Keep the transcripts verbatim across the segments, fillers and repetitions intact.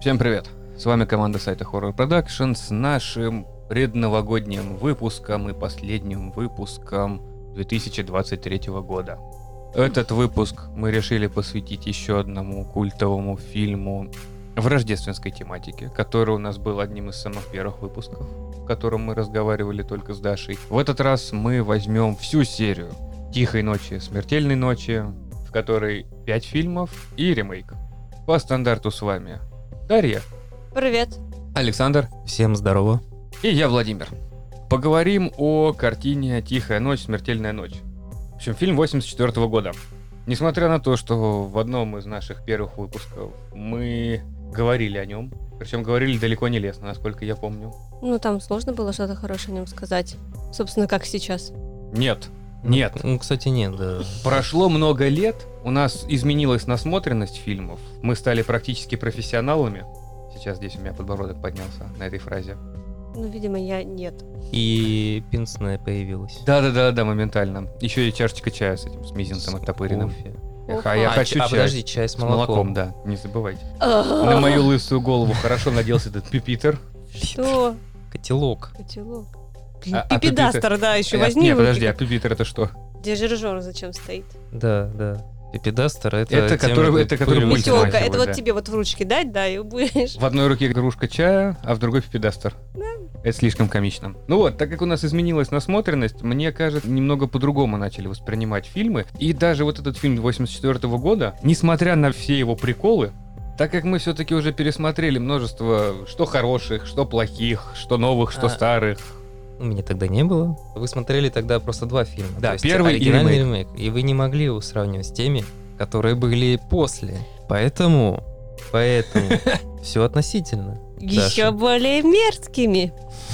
Всем привет! С вами команда сайта Horror Production с нашим предновогодним выпуском и последним выпуском две тысячи двадцать третьего года. Этот выпуск мы решили посвятить еще одному культовому фильму в рождественской тематике, который у нас был одним из самых первых выпусков, в котором мы разговаривали только с Дашей. В этот раз мы возьмем всю серию «Тихой ночи, смертельной ночи», в которой пять фильмов и ремейк. По стандарту с вами Дарья. Привет. Александр. Всем здорово. И я, Владимир. Поговорим о картине «Тихая ночь, смертельная ночь». В общем, фильм восемьдесят четвёртого года. Несмотря на то, что в одном из наших первых выпусков мы говорили о нем, причем говорили далеко не лестно, насколько я помню. Ну, там сложно было что-то хорошее о нем сказать. Собственно, как сейчас. Нет. Нет. Ну, кстати, нет, да. Прошло много лет, у нас изменилась насмотренность фильмов, мы стали практически профессионалами. Сейчас здесь у меня подбородок поднялся на этой фразе. Ну, видимо, я нет. И пенсная появилась. Да-да-да, моментально. Еще и чашечка чая с этим, с мизинцем оттопыренным. Кофе. Эх, а я А, хочу ч- а чай. подожди, чай с С молоком. молоком, да, не забывайте. На мою лысую голову хорошо наделся этот пюпитер. Что? Котелок. Котелок. А- а Пипедастер, да, еще А, возьми. Не, подожди, а выкинь. пюпитер это что? Дирижер зачем стоит? Да, да. Пипедастер это... Это тем, который- где это который пыль пульт вытягивает. Метелка, смахивает, это вот да. тебе вот в ручке дать, да, и будешь. В одной руке кружка чая, а в другой пипедастер. Это слишком комично. Ну вот, так как у нас изменилась насмотренность, мне кажется, немного по-другому начали воспринимать фильмы. И даже вот этот фильм восемьдесят четвёртого года, несмотря на все его приколы, так как мы все-таки уже пересмотрели множество что хороших, что плохих, что новых, что А. старых. У меня тогда не было. Вы смотрели тогда просто два фильма. Да, То есть первый и оригинальный ремейк. И вы не могли его сравнивать с теми, которые были после. Поэтому... Поэтому... Все относительно. Еще Даша. более мерзкими.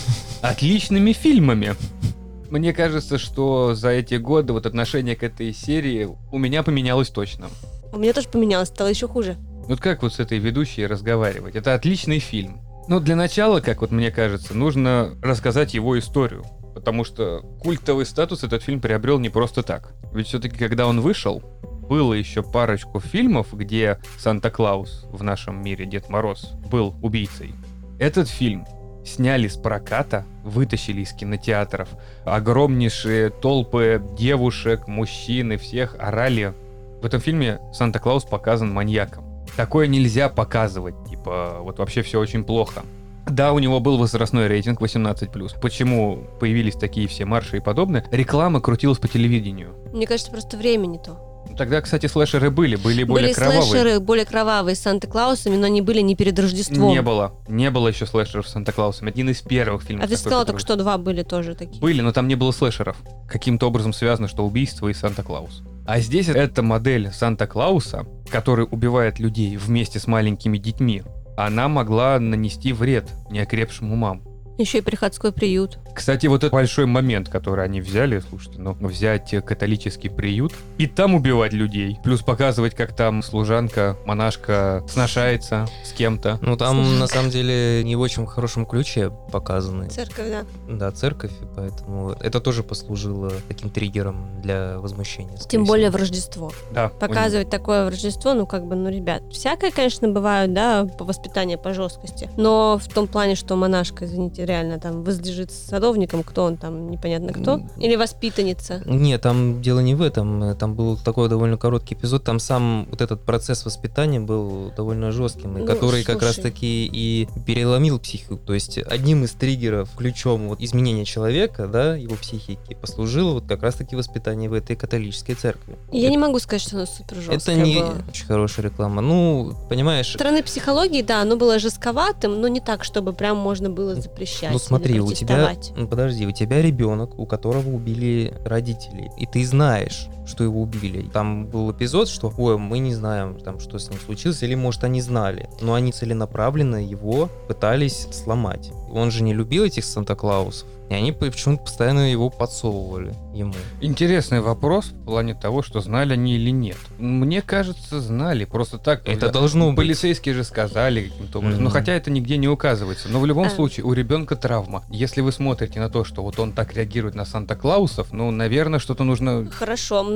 Отличными фильмами. Мне кажется, что за эти годы вот отношение к этой серии у меня поменялось точно. У меня тоже поменялось, стало еще хуже. Вот как вот с этой ведущей разговаривать? Это отличный фильм. Но для начала, как вот мне кажется, нужно рассказать его историю. Потому что культовый статус этот фильм приобрел не просто так. Ведь все-таки, когда он вышел, было еще парочку фильмов, где Санта-Клаус в нашем мире, Дед Мороз, был убийцей. Этот фильм сняли с проката, вытащили из кинотеатров. Огромнейшие толпы девушек, мужчин и всех орали. В этом фильме Санта-Клаус показан маньяком. Такое нельзя показывать, типа, вот вообще все очень плохо. Да, у него был возрастной рейтинг восемнадцать плюс. Почему появились такие все марши и подобное? Реклама крутилась по телевидению. Мне кажется, просто время не то. Тогда, кстати, слэшеры были, были более Были кровавые. слэшеры более кровавые с Санта-Клаусами, но они были не перед Рождеством. Не было. Не было еще слэшеров с Санта-Клаусом. Один из первых фильмов. А ты такой, сказала который- только что два были тоже такие. Были, но там не было слэшеров. Каким-то образом связано, что убийство и Санта-Клаус. А здесь это модель Санта-Клауса, который убивает людей вместе с маленькими детьми. Она могла нанести вред неокрепшим умам. Еще и приходской приют. Кстати, вот этот большой момент, который они взяли, слушайте, ну, взять католический приют и там убивать людей. Плюс показывать, как там служанка, монашка сношается с кем-то. Ну, там, Слушай. на самом деле, не в очень хорошем ключе показаны. Церковь, да. Да, церковь, и поэтому это тоже послужило таким триггером для возмущения. скорее Тем более в всего. Рождество. Да, Показывать такое в Рождество, ну, как бы, ну, ребят, всякое, конечно, бывает, да, по воспитанию, по жесткости. Но в том плане, что монашка, извините, реально там возлежит с садовником, кто он там, непонятно кто, М. или воспитанница. Нет, там дело не в этом. Там был такой довольно короткий эпизод. Там сам вот этот процесс воспитания был довольно жестким, и Ну, который как слушай. раз-таки и переломил психику. То есть одним из триггеров, ключом вот изменения человека, да, его психики, послужило вот как раз-таки воспитание в этой католической церкви. И я не могу сказать, что оно супер жесткое Это не было. очень хорошая реклама. Ну, понимаешь, Со стороны психологии, да, оно было жестковатым, но не так, чтобы прям можно было запрещать. ну смотри, или у тебя, протестовать. ну, подожди, у тебя ребенок, у которого убили родителей, и ты знаешь, что его убили. Там был эпизод, что, ой, мы не знаем, там, что с ним случилось, или, может, они знали, но они целенаправленно его пытались сломать. Он же не любил этих Санта-Клаусов, и они почему-то постоянно его подсовывали ему. Интересный вопрос в плане того, что знали они или нет. Мне кажется, знали. Просто так. Это да, должно быть. Полицейские же сказали каким-то образом. Но Мгм. хотя это нигде не указывается. Но в любом А. случае у ребенка травма. Если вы смотрите на то, что вот он так реагирует на Санта-Клаусов, ну, наверное, что-то нужно... Хорошо,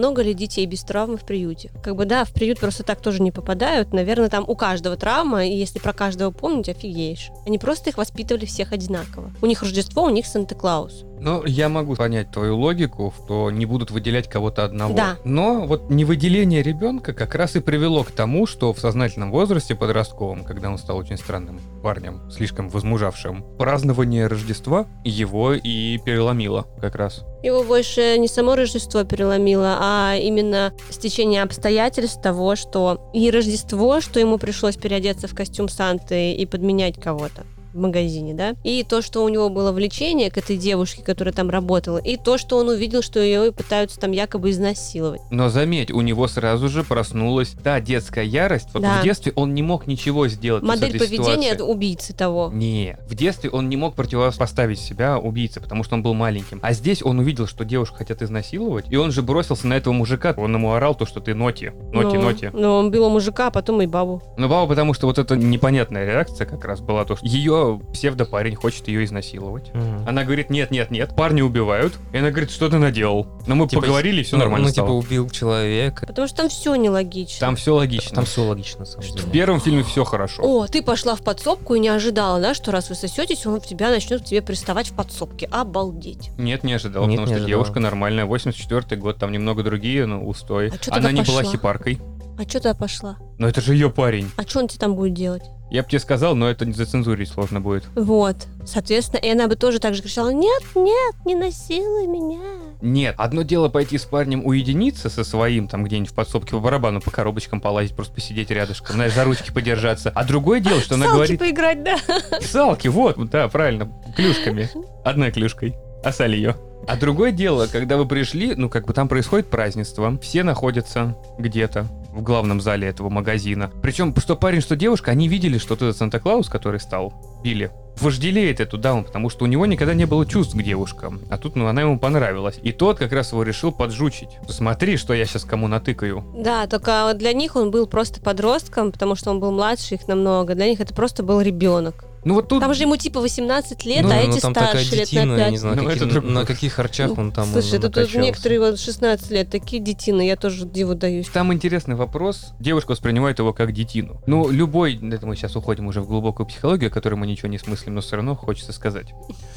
много ли детей без травмы в приюте? Как бы, да, в приют просто так тоже не попадают. Наверное, там у каждого травма, и если про каждого помнить, офигеешь. Они просто их воспитывали всех одинаково. У них Рождество, у них Санта-Клаус. Ну, я могу понять твою логику, что не будут выделять кого-то одного. Да. Но вот невыделение ребенка как раз и привело к тому, что в сознательном возрасте подростковом, когда он стал очень странным парнем, слишком возмужавшим, празднование Рождества его и переломило как раз. Его больше не само Рождество переломило, а именно стечение обстоятельств того, что и Рождество, что ему пришлось переодеться в костюм Санты и подменять кого-то в магазине, да, и то, что у него было влечение к этой девушке, которая там работала, и то, что он увидел, что ее пытаются там якобы изнасиловать. Но заметь, у него сразу же проснулась та детская ярость. Вот Да. в детстве он не мог ничего сделать Модель с этой поведения ситуацией. убийцы того. Не, в детстве он не мог противопоставить себя убийце, потому что он был маленьким. А здесь он увидел, что девушку хотят изнасиловать, и он же бросился на этого мужика. Он ему орал то, что ты ноти, ноти, ну, ноти. Ну, он бил мужика, а потом и бабу. Ну, баба, потому что вот эта непонятная реакция как раз была то, что ее псевдопарень хочет ее изнасиловать. Мгм. Она говорит, нет, нет, нет, парни убивают. И она говорит, что ты наделал? Но мы Типа, поговорили, и все ну, нормально Ну, стало. типа, убил человека. Потому что там все нелогично. Там все логично. Там все логично, на самом В деле. первом фильме все хорошо. О, ты пошла в подсобку и не ожидала, да, что раз вы сосетесь, он в тебя начнет к тебе приставать в подсобке. Обалдеть. Нет, не ожидал, Нет, потому не что ожидал. девушка нормальная, восемьдесят четвёртый год, там немного другие, ну, устои. А чё Она тогда не была пошла? хипаркой. А что ты пошла? Но это же ее парень. А что он тебе там будет делать? Я бы тебе сказал, но это не зацензурить сложно будет. Вот. Соответственно, и она бы тоже так же кричала: нет, нет, не насилуй меня. Нет, одно дело пойти с парнем уединиться со своим, там где-нибудь в подсобке по барабану, по коробочкам полазить, просто посидеть рядышком, знаешь, за ручки подержаться. А другое дело, что она Салки говорит... поиграть, да? Салки, вот, да, правильно, клюшками. Одной клюшкой. Осаль ее. А другое дело, когда вы пришли, ну, как бы там происходит празднество, все находятся где-то в главном зале этого магазина. Причем, что парень, что девушка, они видели, что вот этот Санта-Клаус, который стал, Билли, вожделеет эту даму, потому что у него никогда не было чувств к девушкам. А тут, ну, она ему понравилась. И тот как раз его решил поджучить. Смотри, что я сейчас кому натыкаю. Да, только вот для них он был просто подростком, потому что он был младше их намного. Для них это просто был ребенок. Ну вот тут... Там же ему типа восемнадцать лет, Ну, а ну, эти там такая старше лет детина, на я пять. не знаю, Ну, какие- это друг- на каких харчах он там Слушай, он тут, тут накачался. некоторые вот шестнадцать лет, такие детины, я тоже диву даюсь. Там интересный вопрос. Девушка воспринимает его как детину. Ну, любой... Это мы сейчас уходим уже в глубокую психологию, о которой мы ничего не смыслим, но все равно хочется сказать.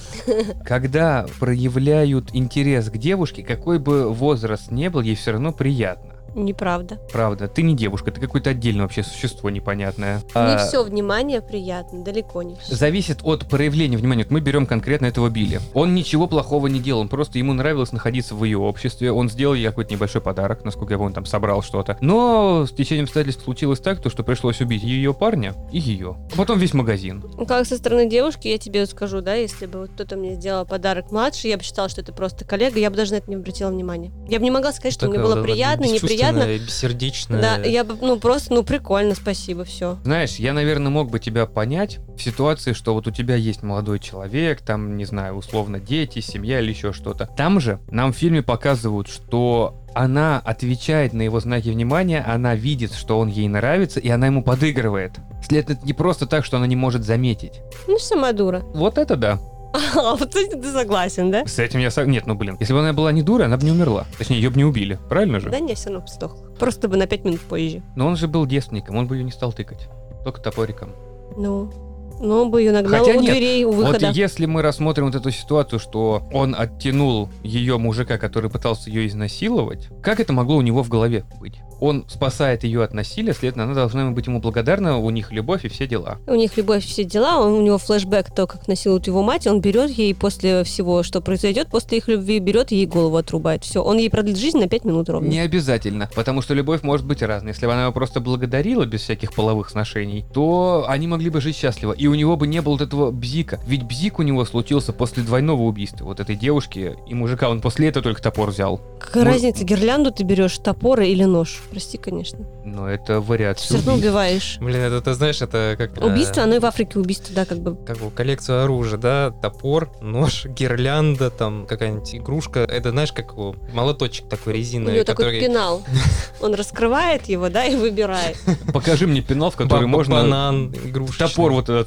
Когда проявляют интерес к девушке, какой бы возраст ни был, ей все равно приятно. Неправда. Правда, ты не девушка, ты какое-то отдельное вообще существо непонятное. Не А, все внимание приятно, далеко не все. Зависит от проявления внимания. Вот мы берем конкретно этого Билли. Он ничего плохого не делал, он просто ему нравилось находиться в ее обществе. Он сделал ей какой-то небольшой подарок, насколько я помню, там собрал что-то. Но с течением обстоятельств случилось так, то, что пришлось убить ее парня и ее. А потом весь магазин. Ну, как со стороны девушки, я тебе вот скажу, да, если бы вот кто-то мне сделал подарок младше, я бы считала, что это просто коллега, я бы даже на это не обратила внимания. Я бы не могла сказать, что мне Такая было вот приятно, неприятно. бесчувственная, бессердечная. Да, я бы, ну, просто, ну, прикольно, спасибо, все. Знаешь, я, наверное, мог бы тебя понять в ситуации, что вот у тебя есть молодой человек, там, не знаю, условно, дети, семья или еще что-то. Там же нам в фильме показывают, что она отвечает на его знаки внимания, она видит, что он ей нравится, и она ему подыгрывает. Следовательно, это не просто так, что она не может заметить. Ну, сама дура. Вот это да. А, вот с этим ты согласен, да? С этим я... сог- Нет, ну блин, если бы она была не дура, она бы не умерла. Точнее, ее бы не убили. Правильно же? Да не, все равно сдохла. Просто бы на пять минут позже. Но он же был девственником, он бы ее не стал тыкать. Только топориком. Ну, ну, он бы ее нагнал Хотя у нет, дверей, у выхода. Вот если мы рассмотрим вот эту ситуацию, что он оттянул ее мужика, который пытался ее изнасиловать, как это могло у него в голове быть? Он спасает ее от насилия, следовательно, она должна быть ему благодарна, у них любовь и все дела. У них любовь, все дела, он, у него флешбэк, то, как насилует его мать, он берет ей после всего, что произойдет, после их любви, берет ей голову отрубает. Все, он ей продлит жизнь на пять минут ровно. Не обязательно, потому что любовь может быть разной. Если бы она его просто благодарила без всяких половых сношений, то они могли бы жить счастливо. И у него бы не было вот этого бзика. Ведь бзик у него случился после двойного убийства. Вот этой девушки и мужика. Он после этого только топор взял. Какая Может- разница, гирлянду ты берешь, топоры или нож? Прости, конечно. Но это Ты вариация все равно убийств. убиваешь. Блин, это ты знаешь, это как... э, Убийство, оно и в Африке убийство, да, как бы. Как бы коллекцию оружия, да, топор, нож, гирлянда, там какая-нибудь игрушка. Это знаешь, как его, молоточек такой У резиновый, него такой который... пенал. Он раскрывает его, да, и выбирает. Покажи мне пенал, в который Ба- можно банан, игрушечный. топор вот этот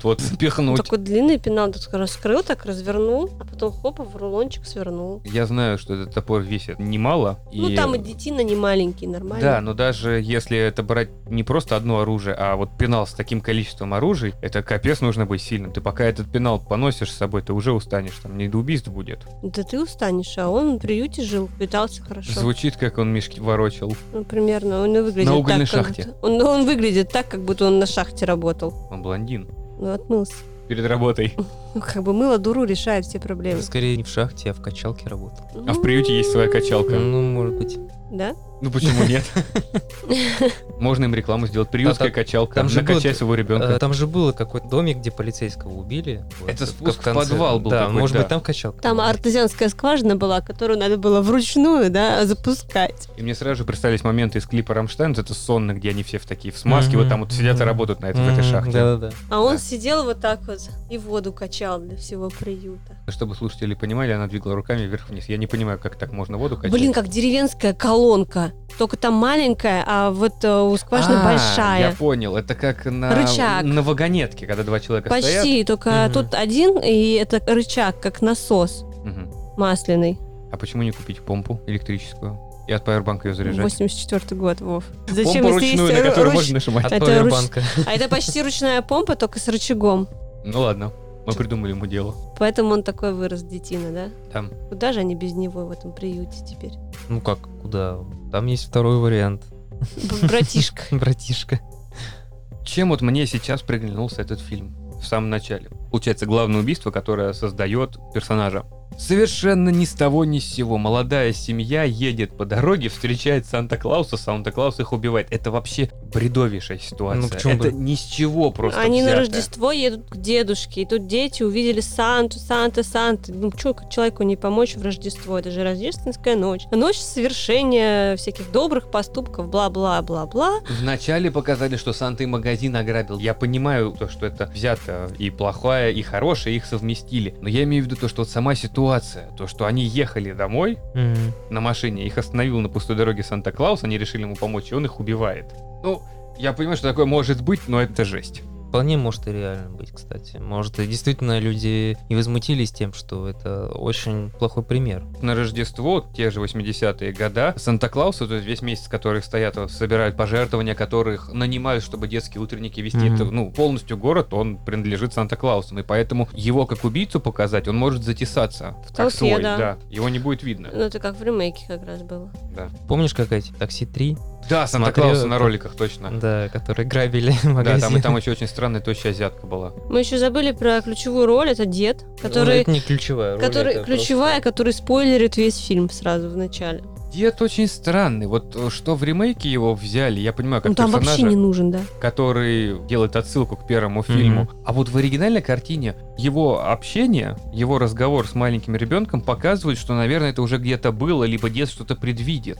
вот запихнуть. Такой длинный пенал, так раскрыл, так развернул, а потом хоп, в рулончик свернул. Я знаю, что этот топор весит немало. Ну, и... там и детина не маленький, нормально. Да, но даже если это брать не просто одно оружие, а вот пенал с таким количеством оружий, это капец нужно быть сильным. Ты пока этот пенал поносишь с собой, ты уже устанешь, там не до убийств будет. Да ты устанешь, а он в приюте жил, питался хорошо. Звучит, как он мешки ворочал. Ну, примерно, он и выглядит На угольной так, как шахте. будто- Он, он выглядит так, как будто он на шахте работал. Он блондин. Ну, отмылся. Перед работой. Ну, как бы мыло дуру решает все проблемы. Скорее не в шахте, а в качалке работал. А в приюте есть своя качалка. Ну, может быть. Да? Ну почему нет? Можно им рекламу сделать. Приютская А там- качалка. там же Накачай был- своего ребенка. Э, Там же был какой-то домик, где полицейского убили. Вот, Это в спуск в конце. подвал был Да, какой-то, может да. быть, там качалка. Там была. артезианская скважина была, которую надо было вручную, да, запускать. И мне сразу же представились моменты из клипа «Рамштайн», вот это сонно, где они все в такие в смазке, Мгм, вот там вот сидят и мгм. работают на этой, в этой Мгм, шахте. Да-да-да. А он Да. сидел вот так вот и воду качал для всего приюта. Чтобы слушатели понимали, она двигала руками вверх-вниз. Я не понимаю, как так можно воду качать. Блин, как деревенская колонка. Только там маленькая, а вот э, у скважины А, большая. Я понял, это как на, Рычаг. на вагонетке, когда два человека стоят. Почти, только Мгм. тут один, и это рычаг, как насос Мгм. масляный. А почему не купить помпу электрическую и от пауэрбанка ее заряжать? восемьдесят четвёртый год, Вов. Помпу Зачем, если есть ручную, на ру- которую руч- можно нажимать. От Это пауэрбанка. А это почти ручная помпа, только с рычагом. Ну ладно, мы придумали ему дело. Поэтому он такой вырос, детина, да? Там. Куда же они без него в этом приюте теперь? Ну как, куда? Там есть второй вариант. Б- Братишка. Братишка. Чем вот мне сейчас приглянулся этот фильм в самом начале? Получается, главное убийство, которое создает персонажа. Совершенно ни с того ни с сего молодая семья едет по дороге, встречает Санта-Клауса, Санта-Клаус их убивает. Это вообще бредовейшая ситуация. Ну, почему Это бы? ни с чего просто Они на взято. Рождество едут к дедушке, и тут дети увидели Санту, Санта, Санта. Ну, что человеку не помочь в Рождество? Это же рождественская ночь. Ночь совершения всяких добрых поступков, бла-бла-бла-бла. Вначале показали, что Санта и магазин ограбил. Я понимаю то, что это взято и плохое, и хорошее, их совместили. Но я имею в виду то, что вот сама ситуация, то, что они ехали домой Мгм. на машине, их остановил на пустой дороге Санта-Клаус, они решили ему помочь, и он их убивает. Ну, я понимаю, что такое может быть, но это жесть. Вполне может и реально быть, кстати. Может, и действительно люди не возмутились тем, что это очень плохой пример. На Рождество, те же восьмидесятые года, Санта-Клаусы, то есть весь месяц, которые стоят, вот, собирают пожертвования, которых нанимают, чтобы детские утренники вести. Мгм. Это, ну, полностью город, он принадлежит Санта-Клаусам, и поэтому его как убийцу показать, он может затесаться. В как толпе, свой, да. Его не будет видно. Ну, это как в ремейке как раз было. Да, Помнишь, как эти «Такси три»? да Санта-Клаусы Смотрел на это. роликах, точно. Да, которые грабили Да, магазин. там и там еще очень странная тощая азиатка была. Мы еще забыли про ключевую роль, это дед, Ну, который, это не ключевая роль. который это ключевая, просто- который спойлерит весь фильм сразу в начале. Дед очень странный. Вот э, что в ремейке его взяли, я понимаю, как Ну, там персонажа, вообще не нужен, да. который делает отсылку к первому фильму. Мгм. А вот в оригинальной картине его общение, его разговор с маленьким ребенком показывает, что, наверное, это уже где-то было, либо дед что-то предвидит.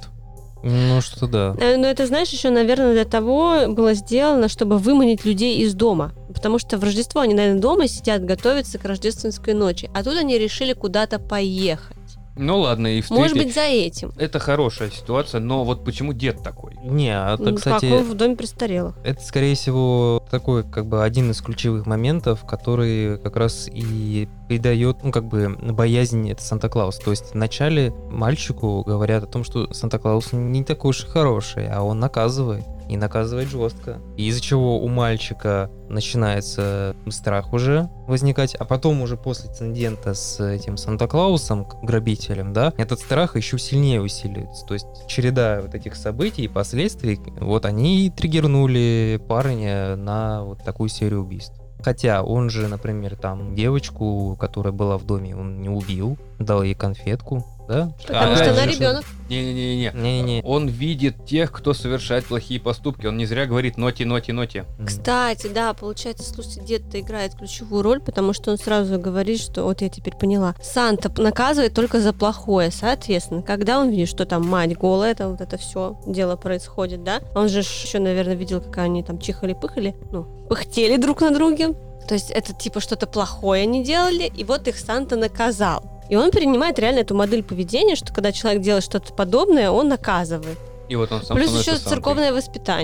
Ну, что да. Э, Но это, знаешь, еще, наверное, для того было сделано, чтобы выманить людей из дома. Потому что в Рождество они, наверное, дома сидят, готовятся к рождественской ночи. А тут они решили куда-то поехать. Ну ладно, и встретить. Может быть, за этим. Это хорошая ситуация, но вот почему дед такой? Не, а это, Ну, кстати, как он в доме престарелых. это, скорее всего, такой, как бы, один из ключевых моментов, который как раз и придает, ну, как бы, боязнь это Санта-Клаус. То есть вначале мальчику говорят о том, что Санта-Клаус не такой уж и хороший, а он наказывает. И наказывает жестко. И из-за чего у мальчика начинается страх уже возникать, а потом уже после инцидента с этим Санта-Клаусом, грабителем, да, этот страх еще сильнее усиливается. То есть череда вот этих событий и последствий, вот они и триггернули парня на вот такую серию убийств. Хотя он же, например, там девочку, которая была в доме, он не убил, дал ей конфетку, да? Потому А, что опять она же, ребенок. Не-не-не-не. Не-не-не. Он видит тех, кто совершает плохие поступки. Он не зря говорит ноти, ноти, ноти. Кстати, да, получается, слушайте, дед-то играет ключевую роль, потому что он сразу говорит, что вот я теперь поняла. Санта наказывает только за плохое, соответственно. Когда он видит, что там мать голая, это вот это все дело происходит, да? Он же еще, наверное, видел, как они там чихали-пыхали, ну, пыхтели друг на друге. То есть это типа что-то плохое они делали, и вот их Санта наказал. И он принимает реально эту модель поведения, что когда человек делает что-то подобное, он наказывает. И вот он сам Плюс становится еще Сантой. церковное воспитание.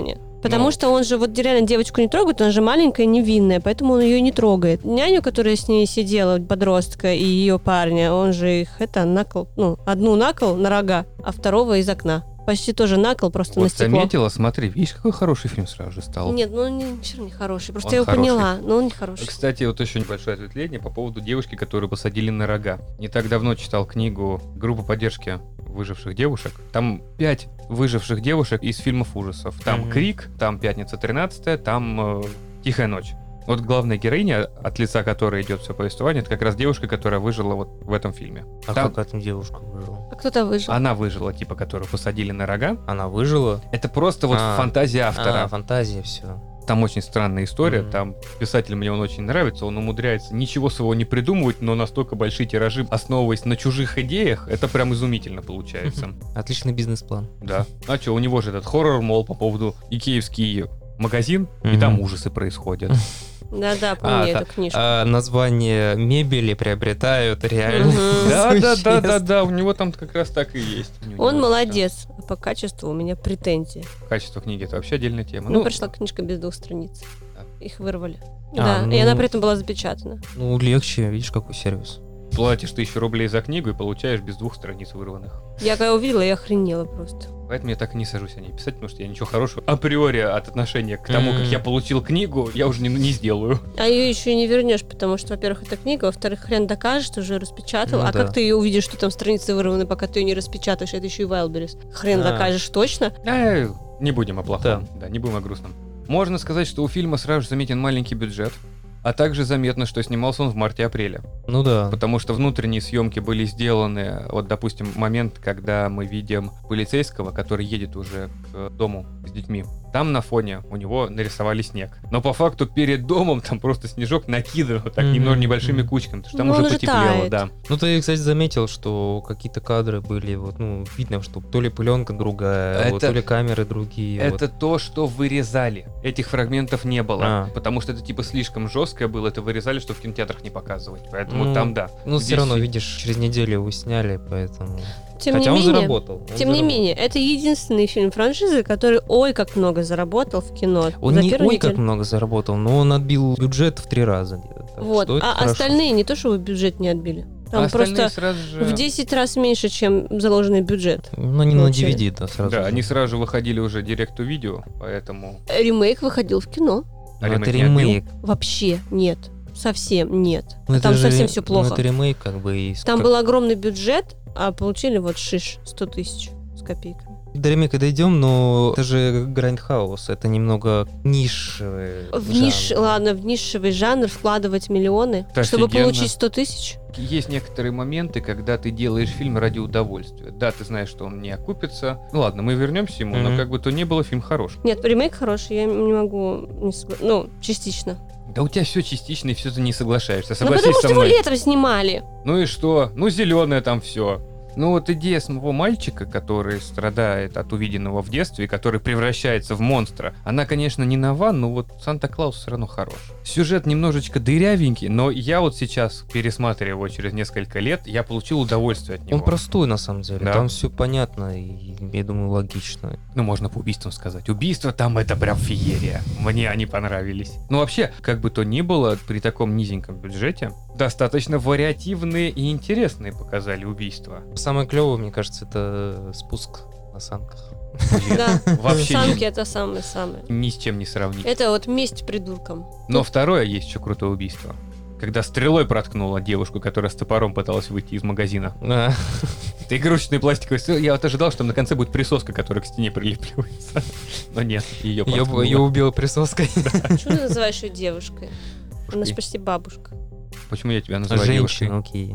Потому Ну. что он же вот реально девочку не трогает, она же маленькая, невинная, поэтому он ее не трогает. Няню, которая с ней сидела, подростка, и ее парня, он же их это накол, ну, одну накол на рога, а второго из окна. Почти тоже накол, просто на Вот стекло. заметила, смотри, видишь, какой хороший фильм сразу же стал. Нет, ну он не, все равно не хороший. Просто Он я его хороший. поняла, но он не хороший. Кстати, вот еще небольшое ответвление по поводу девушки, которую посадили на рога. Не так давно читал книгу «Группа поддержки выживших девушек». Там пять выживших девушек из фильмов ужасов. Там Мгм. «Крик», там «Пятница тринадцатая», там э, «Тихая ночь». Вот главная героиня, от лица которой идет все повествование, это как раз девушка, которая выжила вот в этом фильме. А Там- как эта девушка выжила? А кто-то выжил. Она выжила, типа, которую посадили на рога. Она выжила? Это просто вот А. фантазия А, автора. фантазия, все. Там очень странная история, Мгм. там писатель мне он очень нравится, он умудряется ничего своего не придумывать, но настолько большие тиражи, основываясь на чужих идеях, это прям изумительно получается. Отличный бизнес-план. Да. А что, у него же этот хоррор-мол по поводу икеевский магазин, и Мгм. там ужасы происходят. Да-да, помню А, эту та- книжку. А название мебели приобретают реально. Мгм. Да, да, да, да, существ. да, у него там как раз так и есть. У него Он немножко- молодец, а по качеству у меня претензии. Качество книги это вообще отдельная тема. Ну, пришла книжка без двух страниц. Да. Их вырвали. А, да, и ну- она при этом была запечатана. Ну, легче, видишь, какой сервис. платишь тысячу рублей за книгу и получаешь без двух страниц вырванных. Я когда увидела, я охренела просто. Поэтому я так и не сажусь о ней писать, потому что я ничего хорошего априори от отношения к тому, как М. я получил книгу, я уже не, не сделаю. А ее еще и не вернешь, потому что, во-первых, это книга, во-вторых, хрен докажешь, что уже распечатал. Ну а да. как ты ее увидишь, что там страницы вырваны, пока ты ее не распечатаешь? Это еще и Wildberries. Хрен А. докажешь точно. Э, не будем о плохом, да. не будем о грустном. Можно сказать, что у фильма сразу же заметен маленький бюджет, а также заметно, что снимался он в марте-апреле. Ну да. Потому что внутренние съемки были сделаны, вот, допустим, момент, когда мы видим полицейского, который едет уже к дому с детьми. Там на фоне у него нарисовали снег. Но по факту перед домом там просто снежок накидан вот так Мгм, немного небольшими мгм. кучками, потому что там Ну, уже он уже потеплело, тает. да. Ну, ты, кстати, заметил, что какие-то кадры были, вот, ну, видно, что то ли пленка другая, вот, Это- то ли камеры другие. Это то, что вырезали. Этих фрагментов не было. А. Потому что это типа слишком жесткое было, это вырезали, чтобы в кинотеатрах не показывать. Поэтому Ну, там да. вот. Ну, все Здесь равно, и- видишь, через неделю его сняли, поэтому... Тем Хотя не он менее, заработал. он Тем не заработал. менее, это единственный фильм франшизы, который ой как много заработал в кино. Он за не первую ой как неделю. много заработал, но он отбил бюджет в три раза где-то. так Вот. что это А хорошо. остальные не то, чтобы бюджет не отбили. Там А остальные просто сразу же... в десять раз меньше, чем заложенный бюджет. Ну, они на Получили. ди ви ди, да, сразу Да, же. они сразу же выходили уже директ-то-видео, поэтому... Ремейк выходил в кино. Ну, ремейк это не отбил? ремейк. Вообще нет. Совсем нет. Ну, это Там же- совсем все ну, плохо. это ремейк, как бы, и... с- Там как- был огромный бюджет, а получили вот шиш, сто тысяч с копейками. До ремейка дойдем, но это же Grindhouse, это немного нишевый В жанр. ниш, ладно, в нишевый жанр вкладывать миллионы, Это чтобы офигенно. получить сто тысяч. Есть некоторые моменты, когда ты делаешь фильм ради удовольствия. Да, ты знаешь, что он не окупится. Ну ладно, мы вернемся ему, но Мгм. как бы то ни было, фильм хорош. Нет, ремейк хороший, я не могу не согла- Ну, частично. Да у тебя все частично, и все ты не соглашаешься. Ну, Согласись потому со что его мной. летом снимали. Ну и что? Ну, зеленое там все. Ну вот идея самого мальчика, который страдает от увиденного в детстве, и который превращается в монстра, она, конечно, не нова, но вот Санта-Клаус все равно хорош. Сюжет немножечко дырявенький, но я вот сейчас, пересматривая его через несколько лет, я получил удовольствие от него. Он простой, на самом деле. Да. Там все понятно и, я думаю, логично. Ну, можно по убийствам сказать. Убийства там это прям феерия. Мне они понравились. Ну, вообще, как бы то ни было, при таком низеньком бюджете, достаточно вариативные и интересные показали убийства. Самое клевое, мне кажется, это спуск на санках. Да, Вообще самки ни, это самое-самое. ни с чем не сравнить. Это вот месть придуркам. Но второе есть еще крутое убийство. Когда стрелой проткнула девушку, которая с топором пыталась выйти из магазина. А, Это игрушечный пластиковый стрел. Я вот ожидал, что там на конце будет присоска, которая к стене прилепливается. Но нет, ее Ее ее убила присоской. Почему ты называешь ее девушкой? Она же почти бабушка. Почему я тебя называю девушкой? Женщина, окей.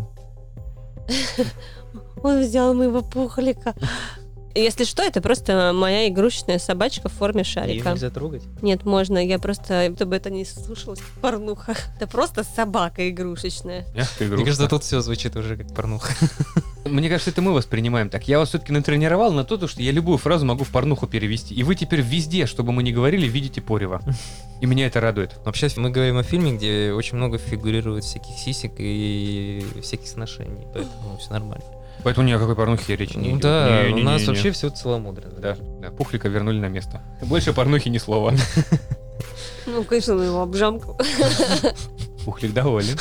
Он взял моего пухлика. Если что, это просто моя игрушечная собачка в форме Ее шарика. нельзя трогать? Нет, можно, я просто, чтобы это не слушалось, порнуха. Это просто собака игрушечная. Мягкая Мне игрушка. кажется, тут все звучит уже как порнуха. Мне кажется, это мы воспринимаем так. Я вас все-таки натренировал на то, что я любую фразу могу в порнуху перевести. И вы теперь везде, чтобы мы не говорили, видите порево. И меня это радует. Вообще, мы говорим о фильме, где очень много фигурирует всяких сисек и всяких сношений, поэтому все нормально. Поэтому ни о какой порнухе речи не Ну идет. да, Не-не-не-не. у нас вообще все целомудренно. Да, да, Пухлика вернули на место. Больше порнухи ни слова. Ну, конечно, он его обжамкал. Пухлик доволен.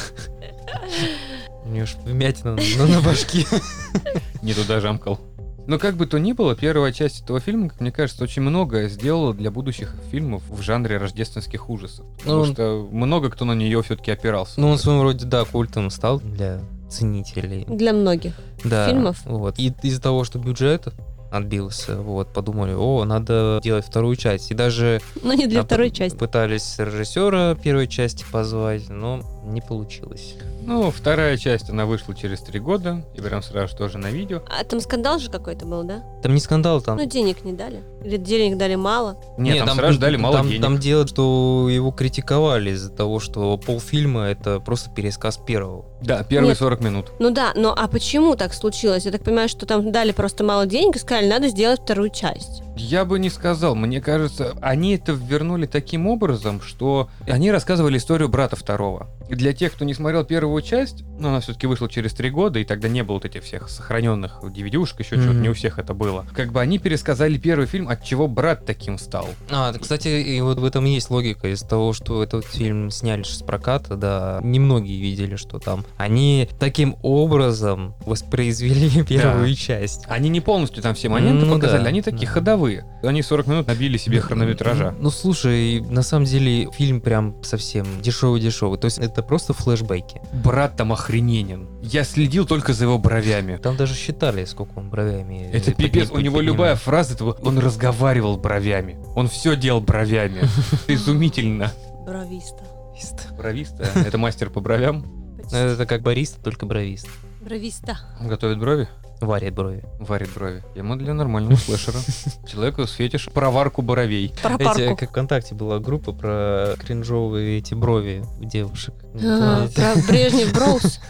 У него ж вмятина на, на башке. Не туда жамкал. Но как бы то ни было, первая часть этого фильма, как мне кажется, очень многое сделала для будущих фильмов в жанре рождественских ужасов. Потому Ну, что много кто на нее все-таки опирался. Ну, он в своем роде, да, культом стал для ценителей. Для многих Да, фильмов. Вот. И из-за того, что бюджет отбился, вот, подумали, о, надо делать вторую часть. И даже Но не для а, второй п- части. пытались режиссера первой части позвать, но не получилось. Ну, вторая часть, она вышла через три года, и прям сразу тоже на видео. А там скандал же какой-то был, да? Там не скандал, там... Ну, денег не дали. Или денег дали мало. Нет, там, сразу дали мало там, денег. Там дело, что его критиковали из-за того, что полфильма — это просто пересказ первого. Да, первые Нет. сорок минут. Ну да, но а почему так случилось? Я так понимаю, что там дали просто мало денег и сказали, надо сделать вторую часть. Я бы не сказал. Мне кажется, они это вернули таким образом, что они рассказывали историю брата второго. И для тех, кто не смотрел первую часть, ну, она все-таки вышла через три года, и тогда не было вот этих всех сохраненных ди ви ди-шек, еще Мгм. чего-то, не у всех это было. Как бы они пересказали первый фильм, от чего брат таким стал. А, кстати, и вот в этом и есть логика. Из-за того, что этот фильм сняли с проката, да, немногие видели, что там они таким образом воспроизвели первую часть. Они не полностью там все моменты Ну показали, да, они такие да. ходовые. Они сорок минут набили себе хронометража. Ну, слушай, на самом деле фильм прям совсем дешевый-дешевый. То есть это просто флешбеки. Брат там охрененен. Я следил только за его бровями. Там даже считали, сколько он бровями. Это э, пипец, подни- у него поднимает. любая фраза, это вот он разговаривал бровями. Он все делал бровями. Это изумительно. Бровиста. Бровист, а? Это мастер по бровям. Это как бариста, только бровист. Бровиста. Он готовит брови, Варит брови. варит брови. Ему для нормального слэшера. Человеку с фетиш про варку бровей. Про Эти, парку. как ВКонтакте была группа про кринжовые эти брови у девушек. А, Помните? про Брежнев Броуз.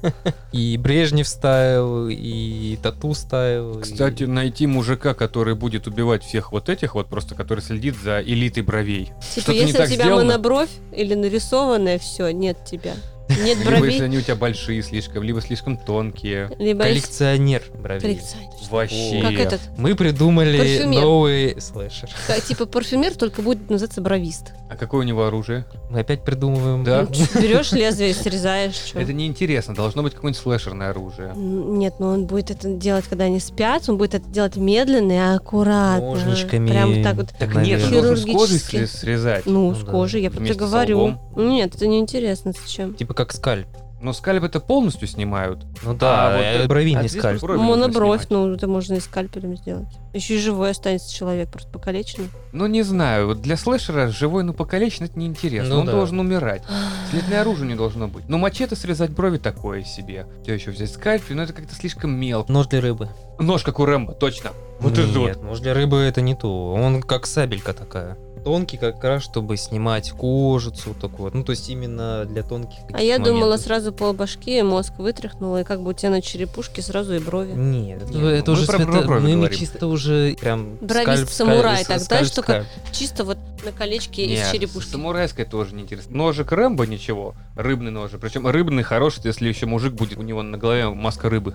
И Брежнев ставил, и Тату ставил. Кстати, и... найти мужика, который будет убивать всех вот этих вот, просто который следит за элитой бровей. Типа, Что-то не если у так тебя сделано. монобровь или нарисованная, все, нет тебя. Нет Либо если бровей. они у тебя большие слишком, либо слишком тонкие. Либо если- коллекционер бровей. коллекционер. Вообще. Как этот, Мы придумали Парфюмер. новый слэшер. как, типа парфюмер, только будет называться бровист. А какое у него оружие? Мы опять придумываем. Да. Ну, чё, берешь лезвие, срезаешь, что. Это неинтересно, должно быть какое-нибудь слэшерное оружие. Нет, но он будет это делать, когда они спят, он будет это делать медленно и аккуратно. Ножничками. Прям так вот. Так Наверное. нет, он должен с кожей Хирургически. сре- срезать. Ну, Ну с да. кожей, я про это Вместе с говорю. лбом. Нет, это неинтересно, зачем. Типа как скальп. Но скальп это полностью снимают. Ну да, А, вот э, это- бровейный а здесь скальп. брови нужно Монобровь, снимать. ну, это можно и скальпелем сделать. Еще и живой останется человек, просто покалеченный. Ну не знаю, вот для слэшера живой, ну покалечен, это неинтересно. Ну Он да. должен умирать. Слитное оружие не должно быть. Но мачете срезать брови такое себе. Что еще взять скальпель, но это как-то слишком мелко. Нож для рыбы. Нож как у Рэмбо, точно. Вот Нет, это вот. нож для рыбы это не то. Он как сабелька такая. Тонкий как раз, чтобы снимать кожицу такую. вот. Ну, то есть именно для тонких А я каких-то думала, моментов. сразу полбашки, мозг вытряхнула, и как бы у тебя на черепушке сразу и брови. Нет, это, Нет, это мы уже про свято- брови мы, мы говорим. чисто уже прям Бровист скальп- самурай, скальп- так, скальп- знаешь, только скальп. Чисто вот на колечке из Нет, черепушки. самурайское тоже неинтересно. Ножик Рэмбо ничего, рыбный ножик. Причем рыбный хороший, если еще мужик будет, у него на голове маска рыбы.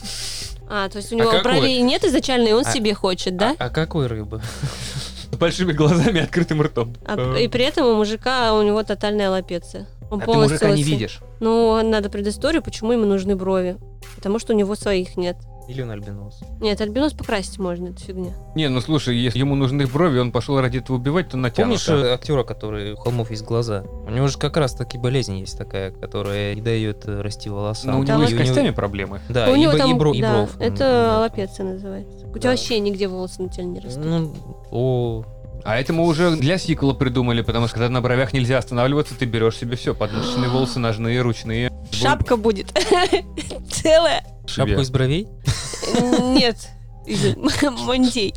А, то есть у А него какой? бровей нет изначально, и он А- себе хочет, да? А, а какой рыбы? С большими глазами и открытым ртом. А- и при этом у мужика у него тотальная аллопеция. Он А ты полностью мужика не лысый. видишь. Ну, надо предысторию, почему ему нужны брови. Потому что у него своих нет. Или он альбинос? Нет, альбинос покрасить можно, это фигня. Не, ну слушай, если ему нужны брови, он пошел ради этого убивать, то натянуто. Помнишь э, актера, который у холмов есть глаза? У него же как раз таки болезнь есть такая, которая не дает э, расти волосам. Но у Там него вот- есть с костями проблемы. Да, у и, него бо- там, и, бро- и да, бров. это М, аллопеция называется. У тебя Да. вообще нигде волосы на теле не растут. Ну, о, А это мы уже для сиквела придумали, потому что когда на бровях нельзя останавливаться, ты берешь себе все, подмышечные волосы, ножные, ручные. Шапка будет целая. шапку из бровей? Нет, мандей.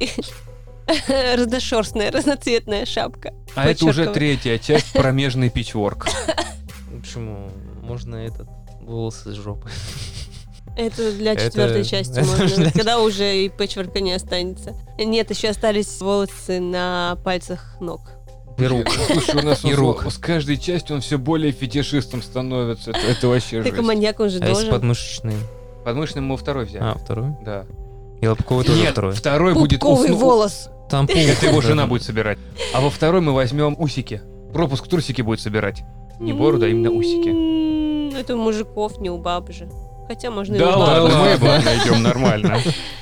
Разношерстная, разноцветная шапка. А это уже Подчеркиваю. третья часть, промежный пичворк. Почему? Можно этот волосы с жопы. Это для Это- четвертой части это можно, для- когда уже и пэтчворка не останется. Нет, еще остались волосы на пальцах ног. И рук. Слушай, у нас И он рук. с- с каждой частью он все более фетишистом становится. Это, это вообще Так и жесть. маньяк он же А если должен. подмышечные? Подмышленный мы второй взяли. А, второй? Да. И лобковый тоже Нет, второй. второй будет Пупковый усну- волос. Там пух. Это его жена будет собирать. А во второй мы возьмем усики. Пропуск трусики будет собирать. Не бороду, а именно усики. М, Это у мужиков, не у баб же. Хотя можно и у Да баб. ладно, мы ладно. его найдем нормально.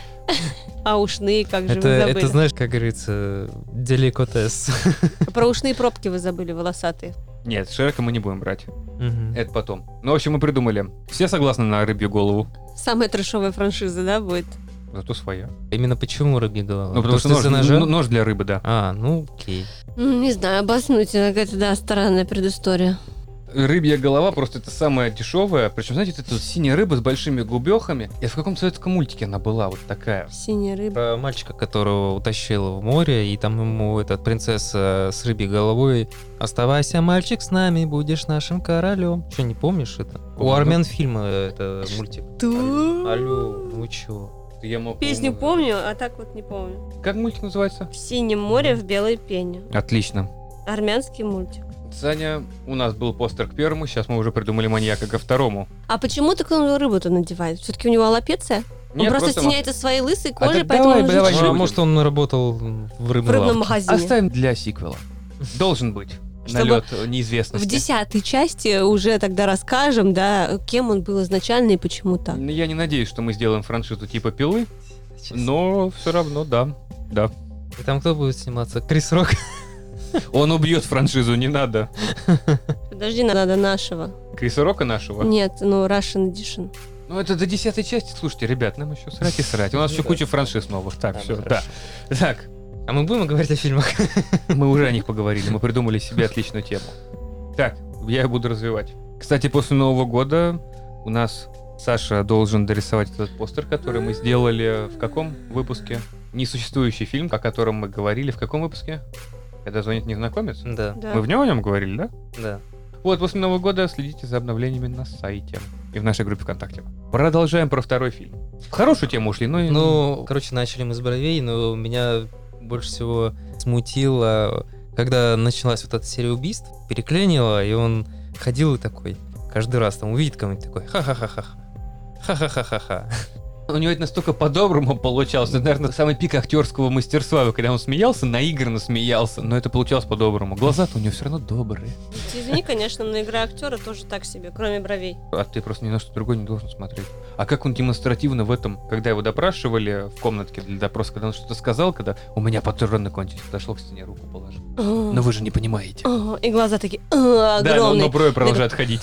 А ушные, как же Это, вы это, забыли? знаешь, как говорится, деликатес. Про ушные пробки вы забыли, волосатые. Нет, Шрека мы не будем брать. Мгм. Это потом. Ну, в общем, мы придумали. Все согласны на рыбью голову? Самая трэшовая франшиза, да, будет? Зато своя. Именно почему рыбья голова? Ну, потому что из-за нож, ножа? н- нож для рыбы, да. А, ну окей. М, Не знаю, обоснуйте, какая-то, да, странная предыстория. Рыбья голова просто это самая дешевая. Причем, знаете, это вот синяя рыба с большими губехами. И в каком советском мультике она была вот такая. Синяя рыба. Про мальчика, которого утащила в море, и там ему эта принцесса с рыбьей головой: «Оставайся, мальчик, с нами, будешь нашим королем». Что, не помнишь это? У Помню. армян фильма это мультик. Да? Алло, ну чё? Я мог Песню помнить. помню, а так вот не помню. Как мультик называется? В синем море в белой пене. Отлично. Армянский мультик. Саня, у нас был постер к первому, сейчас мы уже придумали маньяка ко второму. А почему так он рыбу-то надевает? Все-таки у него алопеция? Он Нет, просто просто стеняется своей лысой А кожей, так поэтому давай, он давай, жить не А будем. может, он работал в в рыбной рыбном лавке? магазине. Оставим для сиквела. Должен быть. Чтобы Налет В неизвестности. десятой части уже тогда расскажем, да, кем он был изначально и почему так. Ну, Я не надеюсь, что мы сделаем франшизу типа Пилы, но все равно, да. Да. И там кто будет сниматься? Крис Рок? Он убьет франшизу, не надо. Подожди, надо нашего. Криса Рока нашего. Нет, ну Russian Edition. Ну, это до десятой части. Слушайте, ребят, нам еще срать и срать. У нас Ну еще да. куча франшиз новых. Так, Да, все, ну да. хорошо. Так, А мы будем говорить о фильмах? мы уже о них поговорили. Мы придумали себе отличную тему. Так, я ее буду развивать. Кстати, после Нового года у нас Саша должен дорисовать этот постер, который мы сделали в каком выпуске? Несуществующий фильм, о котором мы говорили. В каком выпуске? Когда звонит незнакомец? Да, Да. Мы в нем о нем говорили, да? да. Вот, после Нового года следите за обновлениями на сайте и в нашей группе ВКонтакте. Продолжаем про второй фильм. В хорошую тему ушли, но... Ну, короче, начали мы с бровей, но меня больше всего смутило, когда началась вот эта серия убийств, переклинило, и он ходил и такой, каждый раз там увидит кого-нибудь такой, ха-ха-ха-ха, ха-ха-ха-ха-ха. У него это настолько по-доброму получалось. Это, наверное, самый пик актерского мастерства. Когда он смеялся, наигранно смеялся. Но это получалось по-доброму. Глаза-то у него все равно добрые. Извини, конечно, но игра актера тоже так себе, кроме бровей. А ты просто ни на что другое не должен смотреть. А как он демонстративно в этом, когда его допрашивали в комнатке для допроса, когда он что-то сказал, когда у меня патроны кончились, подошел к стене, руку положил. Но вы же не понимаете. Ага, и глаза такие «А, Да, но, огромные. но брови продолжают ходить.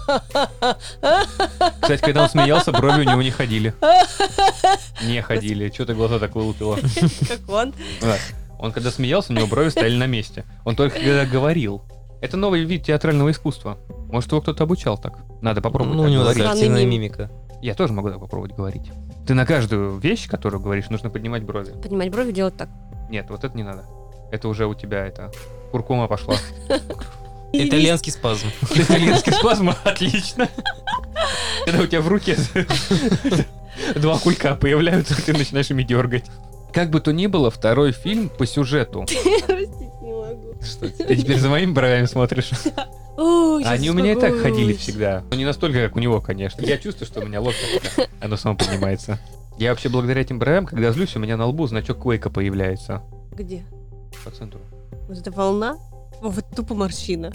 Кстати, когда он смеялся, брови у него не ходили. Не ходили. Что ты глаза так вылупила? Как он. Да. Он когда смеялся, у него брови стояли на месте. Он только когда говорил. Это новый вид театрального искусства. Может, его кто-то обучал так? Надо попробовать Ну, у так него говорить. такая Странный активная мим. мимика. Я тоже могу так попробовать говорить. Ты на каждую вещь, которую говоришь, нужно поднимать брови. Поднимать брови, делать так. Нет, вот это не надо. Это уже у тебя это... Куркума пошла. Итальянский спазм. Итальянский спазм, отлично. Когда у тебя в руке два кулька появляются, ты начинаешь ими дергать. Как бы то ни было, второй фильм по сюжету. Простить не могу. Ты теперь за моими бровями смотришь. Ой, сейчас Они у меня и так ходили успокоюсь. всегда. Но не настолько, как у него, конечно. Я чувствую, что у меня лоб как-то, оно само поднимается. Я вообще благодаря этим бровям, когда злюсь, у меня на лбу значок Квейка появляется. Где? По центру. Вот эта волна? О, вот тупо морщина.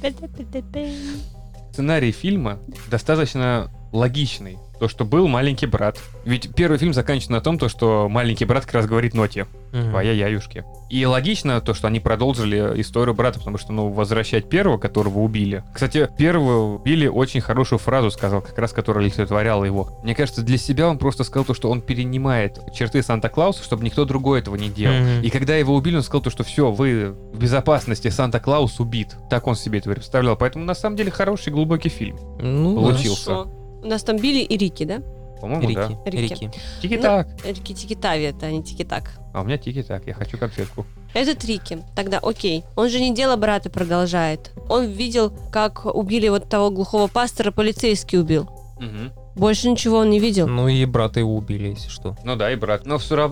Сценарий фильма достаточно логичный. То, что был маленький брат. Ведь первый фильм заканчивается на том, то, что маленький брат как раз говорит Ноте. Мгм. Твоя яюшки. И логично то, что они продолжили историю брата, потому что, ну, возвращать первого, которого убили. Кстати, первого убили, очень хорошую фразу сказал, как раз, которая олицетворяла его. Мне кажется, для себя он просто сказал то, что он перенимает черты Санта-Клауса, чтобы никто другой этого не делал. Мгм. И когда его убили, он сказал то, что все, вы в безопасности, Санта-Клаус убит. Так он себе это представлял. Поэтому, на самом деле, хороший, глубокий фильм. Ну, да. Получился. Хорошо. У нас там Билли и Рики, да? По-моему, да. Рики. Рики. Рики. Тики-так. Рики Тики-Тави, это а не Тики-Так. А у меня тики-так, я хочу конфетку. Это Трики. Тогда окей. Он же не дело брата продолжает. Он видел, как убили вот того глухого пастора, полицейский убил. Мгм. Больше ничего он не видел. Ну и брата его убили, если что. Ну да, и брат. Но все равно,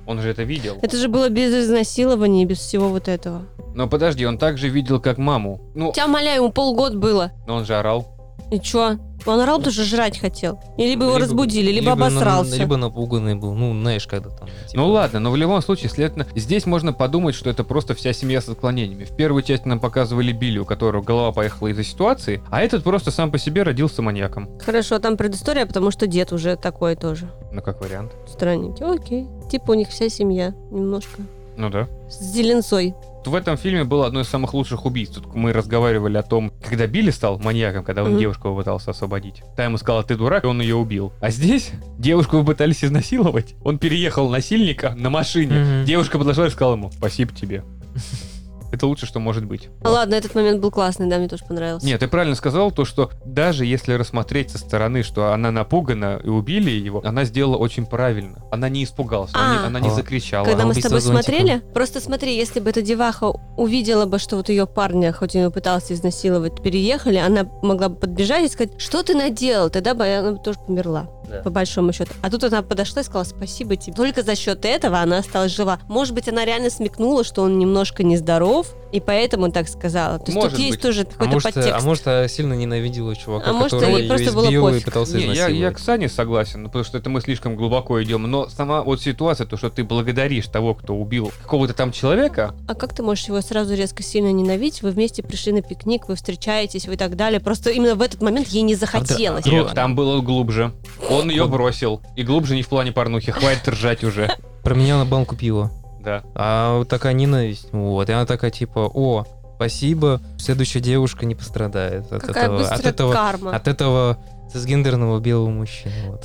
Он же это видел. Это же было без изнасилования, без всего вот этого. Но подожди, он также видел, как маму. Ну, Тебя умоляю, ему полгода было. но он же орал. И чё? Он орал, потому что жрать хотел. И либо его Либо- разбудили, либо, либо на- обосрался. либо напуганный был. Ну, знаешь, когда там... типа, Ну ладно, но в любом случае, следовательно, здесь можно подумать, что это просто вся семья с отклонениями. В первой части нам показывали Билли, у которого голова поехала из-за ситуации, а этот просто сам по себе родился маньяком. Хорошо, там предыстория, потому что дед уже такой тоже. Ну, как вариант. Странненький, окей. Типа у них вся семья немножко. Ну да. С зеленцой. В этом фильме было одно из самых лучших убийств. Тут мы разговаривали о том, когда Билли стал маньяком, когда он Мгм. девушку попытался освободить. Та ему сказала, ты дурак, и он ее убил. А здесь девушку попытались изнасиловать. Он переехал насильника на машине. Мгм. Девушка подошла и сказала ему, спасибо тебе. Это лучше, что может быть. А ладно, этот момент был классный, да, мне тоже понравился. Нет, ты правильно сказал, то, что даже если рассмотреть со стороны, что она напугана и убили его, она сделала очень правильно. Она не испугалась, она, не, А. она не А. закричала. Когда А мы с убийство тобой зонтиком? смотрели, просто смотри, если бы эта деваха увидела бы, что вот ее парня, хоть он его пытался изнасиловать, переехали, она могла бы подбежать и сказать, что ты наделал, тогда бы она бы тоже померла, Да. по большому счету. А тут она подошла и сказала, спасибо тебе. Только за счет этого она осталась жива. Может быть, она реально смекнула, что он немножко нездоров, и поэтому так сказала. То есть Может тут есть быть. тоже А какой-то может, подтекст. а может, а сильно ненавидела чувака, А может, который ей ее просто было избил и пофиг. пытался Не, я, изнасиловать. я к Сане согласен, ну, потому что это мы слишком глубоко идем. Но сама вот ситуация, то, что ты благодаришь того, кто убил какого-то там человека, А как ты можешь его сразу резко сильно ненавидеть? Вы вместе пришли на пикник, вы встречаетесь, вы и так далее. Просто именно в этот момент ей не захотелось. А, да. нет, Друг- там было глубже. Он ее Глуб- бросил. И глубже не в плане порнухи. Хватит ржать уже. Променяла банку пива. Да. А вот такая ненависть. Вот. И она такая типа, о, спасибо, следующая девушка не пострадает от Какая этого. От быстрая этого, карма. от этого цисгендерного белого мужчины. Вот.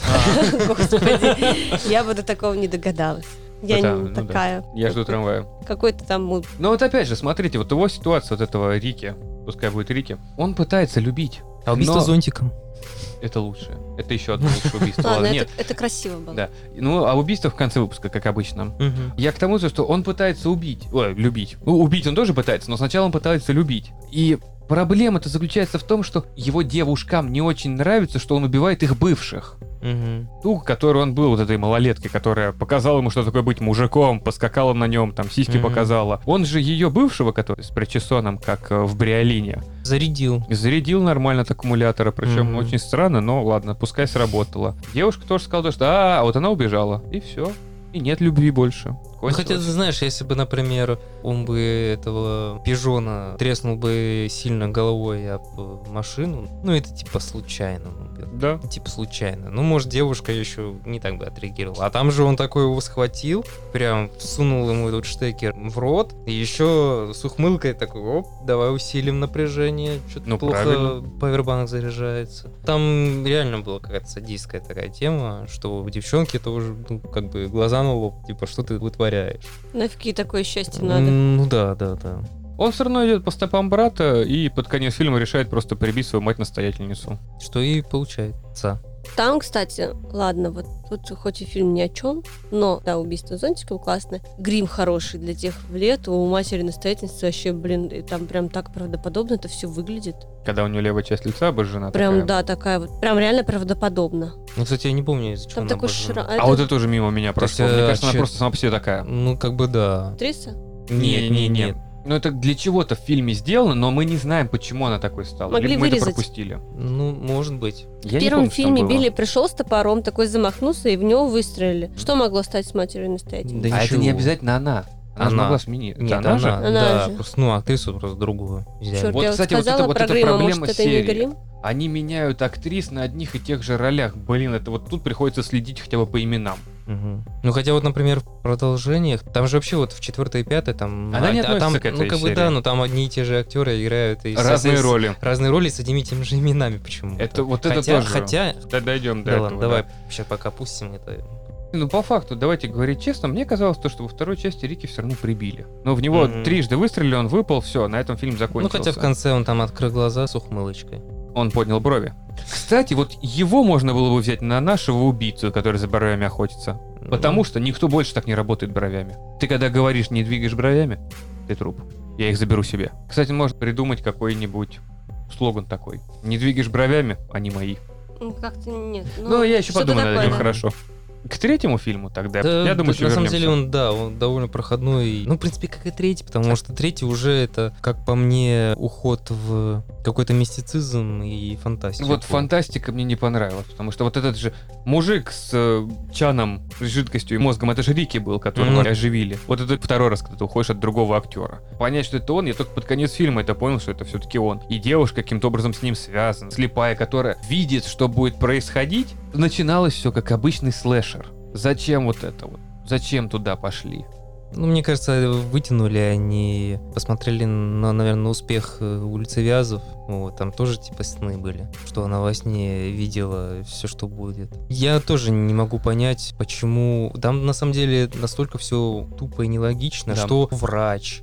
Господи, я бы до такого не догадалась. Я Это, не ну да. такая. Я жду трамвая. Какой-то там... му- Но вот опять же, смотрите, вот его ситуация, вот этого Рики, пускай будет Рики, он пытается любить. А убийство Но зонтиком. это лучше. Это еще одно лучшее убийство. Ладно, Ладно, это, нет. это красиво было. Да. Ну, а убийство в конце выпуска, как обычно. Мгм. Я к тому, что он пытается убить. Ой, любить. Ну, убить он тоже пытается, но сначала он пытается любить. И проблема-то заключается в том, что его девушкам не очень нравится, что он убивает их бывших. Мгм. Ту, которой он был, вот этой малолеткой, которая показала ему, что такое быть мужиком, поскакала на нем, там, сиськи Мгм. показала. Он же ее бывшего, который с причесоном, как э, в Бриолине, Зарядил. зарядил нормально от аккумулятора, причем Мгм. очень странно, но ладно, пускай сработало. Девушка тоже сказала, что а, вот она убежала, и все. И нет любви больше. Ну, хотя, ты Кончилось. знаешь, если бы, например, он бы этого пижона треснул бы сильно головой об э, машину, ну, это типа случайно. ну, Да. Типа случайно. Ну, может, девушка еще не так бы отреагировала. А там же он такой его схватил, прям всунул ему этот штекер в рот, и еще с ухмылкой такой, оп, давай усилим напряжение, что-то Ну, плохо правильно. павербанк заряжается. Там реально была какая-то садистская такая тема, что у девчонки тоже, ну, как бы глаза на лоб, типа, что ты вытворяешь. Нафиг такое счастье надо. Ну да, да, да. Он все равно идет по стопам брата и под конец фильма решает просто прибить свою мать-настоятельницу. Что и получается. Там, кстати, ладно, вот тут хоть и фильм ни о чем, но, да, убийство зонтиком классно. Грим хороший для тех лет. У матери настоятельницы вообще, блин, и там прям так правдоподобно это все выглядит. Когда у нее левая часть лица обожжена Прям, такая. да, такая вот. Прям реально правдоподобно. Ну, кстати, я не помню, из-за чего Там она такой обожжена. шрам. А вот это уже мимо меня То есть, прошло. Мне э, кажется, она чё- просто сама по себе такая. Ну, как бы да. Актриса? Не-не-не. Ну это для чего-то в фильме сделано, но мы не знаем, почему она такой стала. Могли Либо мы это вырезать. пропустили. Ну, может быть. Я В не первом помню, что там фильме было. Билли пришел с топором, такой замахнулся, и в него выстрелили. Что могло стать с матерью настоятельницей? Да А это не ничего. обязательно она. Она, же Она. могла сменить. Нет, Это она, же? Она да, же. просто, ну, актрису просто другую взяли. Черт, Вот, я кстати, вот сказала это- вот про это Грима, проблема может, это не серии. Грим? Они меняют актрис на одних и тех же ролях. Блин, это вот тут приходится следить хотя бы по именам. Мгм. Ну, хотя вот, например, в продолжениях, там же вообще вот в четвертой и пятой там... Она не а- а там, относится к этой ну, как бы серии. да, но там одни и те же актеры играют. И Разные с- с- роли. Разные роли с одними и теми же именами почему-то. Это вот это хотя, тоже. Хотя... Да, дойдем до Да этого. ладно, да. давай сейчас пока пустим это. Ну, по факту, давайте говорить честно, мне казалось, то, что во второй части Рики все равно прибили. Но в него Мгм. трижды выстрелили, он выпал, все, на этом фильм Ну, закончился. хотя в конце он там открыл глаза с ухмылочкой. Он поднял брови. Кстати, вот его можно было бы взять на нашего убийцу, который за бровями охотится. Потому что никто больше так не работает бровями. Ты когда говоришь, не двигаешь бровями, ты труп. Я их заберу себе. Кстати, можно придумать какой-нибудь слоган такой. Не двигаешь бровями, они мои. Ну, как-то нет. Ну, я еще что-то подумаю над такое, этим, да. хорошо. к третьему фильму тогда. Да, я думаю, да, еще на самом вернемся. деле он, да, он довольно проходной. Ну, в принципе, как и третий, потому что третий уже это, как по мне, уход в какой-то мистицизм и фантастику. Вот фантастика мне не понравилась, потому что вот этот же мужик с э, чаном, с жидкостью и мозгом, это же Рики был, которого Мгм. оживили. Вот это второй раз, когда ты уходишь от другого актера. Понять, что это он, я только под конец фильма это понял, что это все-таки он. И девушка каким-то образом с ним связана, слепая, которая видит, что будет происходить. Начиналось все как обычный слэшер. Зачем вот это вот? Зачем туда пошли? Ну, мне кажется, вытянули они, посмотрели на, наверное, на успех э, «Улицы Вязов». Вот, там тоже типа сны были, что она во сне видела все, что будет. Я тоже не могу понять, почему... Там на самом деле настолько все тупо и нелогично, Да. что врач,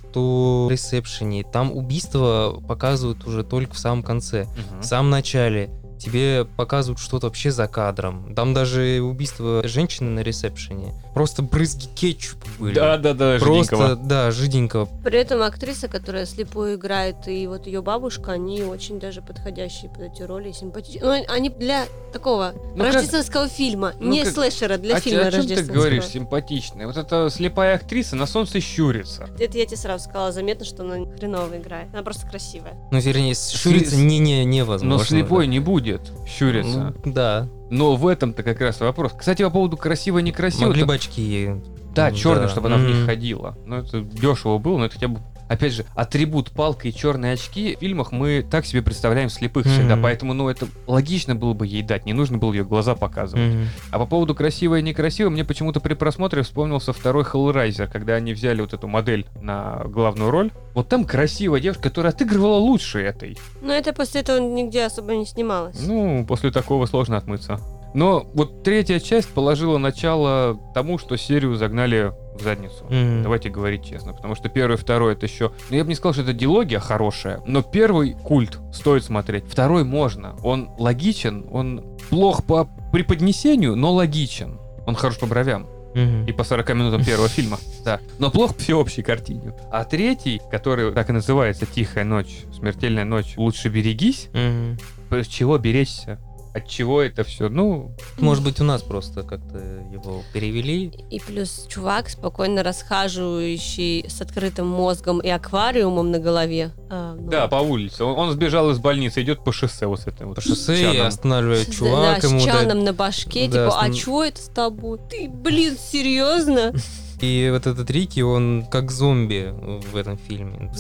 что в ресепшене. Там убийство показывают уже только в самом конце. В самом начале тебе показывают что-то вообще за кадром. Там даже убийство женщины на ресепшене. Просто брызги кетчупа были. Да-да-да, Просто, жиденького. да, жиденького. При этом актриса, которая слепую играет, и вот ее бабушка, они очень даже подходящие под эти роли, симпатичные. Ну, они для такого Ну, как- рождественского фильма, ну, не как- слэшера, для А, фильма о чем ты рождественского. говоришь, симпатичная? Вот эта слепая актриса на солнце щурится. Это я тебе сразу сказала, заметно, что она хреново играет. Она просто красивая. Ну, вернее, щуриться Сли- не, не, невозможно. Но слепой да. не будет щуриться. Ну, да. Но в этом-то как раз вопрос. Кстати, по поводу красиво-некрасиво. Могли то- бы очки. Да, м, черный, чтобы она в них М. ходила. Ну, это дешево было, но это хотя бы... Опять же, атрибут палка и черные очки в фильмах мы так себе представляем слепых всегда, Мгм. поэтому, ну, это логично было бы ей дать, не нужно было ее глаза показывать. Мгм. А по поводу красиво и некрасиво, мне почему-то при просмотре вспомнился второй Hellraiser, когда они взяли вот эту модель на главную роль. Вот там красивая девушка, которая отыгрывала лучше этой. Но это после этого нигде особо не снималось. Ну, после такого сложно отмыться. Но вот третья часть положила начало тому, что серию загнали в задницу. Мгм. Давайте говорить честно, потому что первый и второй это еще... Ну, я бы не сказал, что это дилогия хорошая, но первый культ стоит смотреть. Второй можно. Он логичен, он плох по преподнесению, но логичен. Он хорош по бровям. Мгм. И по сорока минутам первого фильма, да. Но плохо по всеобщей картине. А третий, который так и называется «Тихая ночь», «Смертельная ночь», «Лучше берегись», Мгм. с чего беречься? От чего это все? Ну, Может быть, у нас просто как-то его перевели. И плюс чувак, спокойно расхаживающий с открытым мозгом и аквариумом на голове. А, ну, да, по улице. Он, он сбежал из больницы, идет по шоссе вот с этой вот. По шоссе и чаном. останавливает да, чувак с ему. да. чаном на башке, Да, типа, а с- чё это с тобой? Ты, блин, серьезно? И вот этот Рики, он как зомби в этом фильме.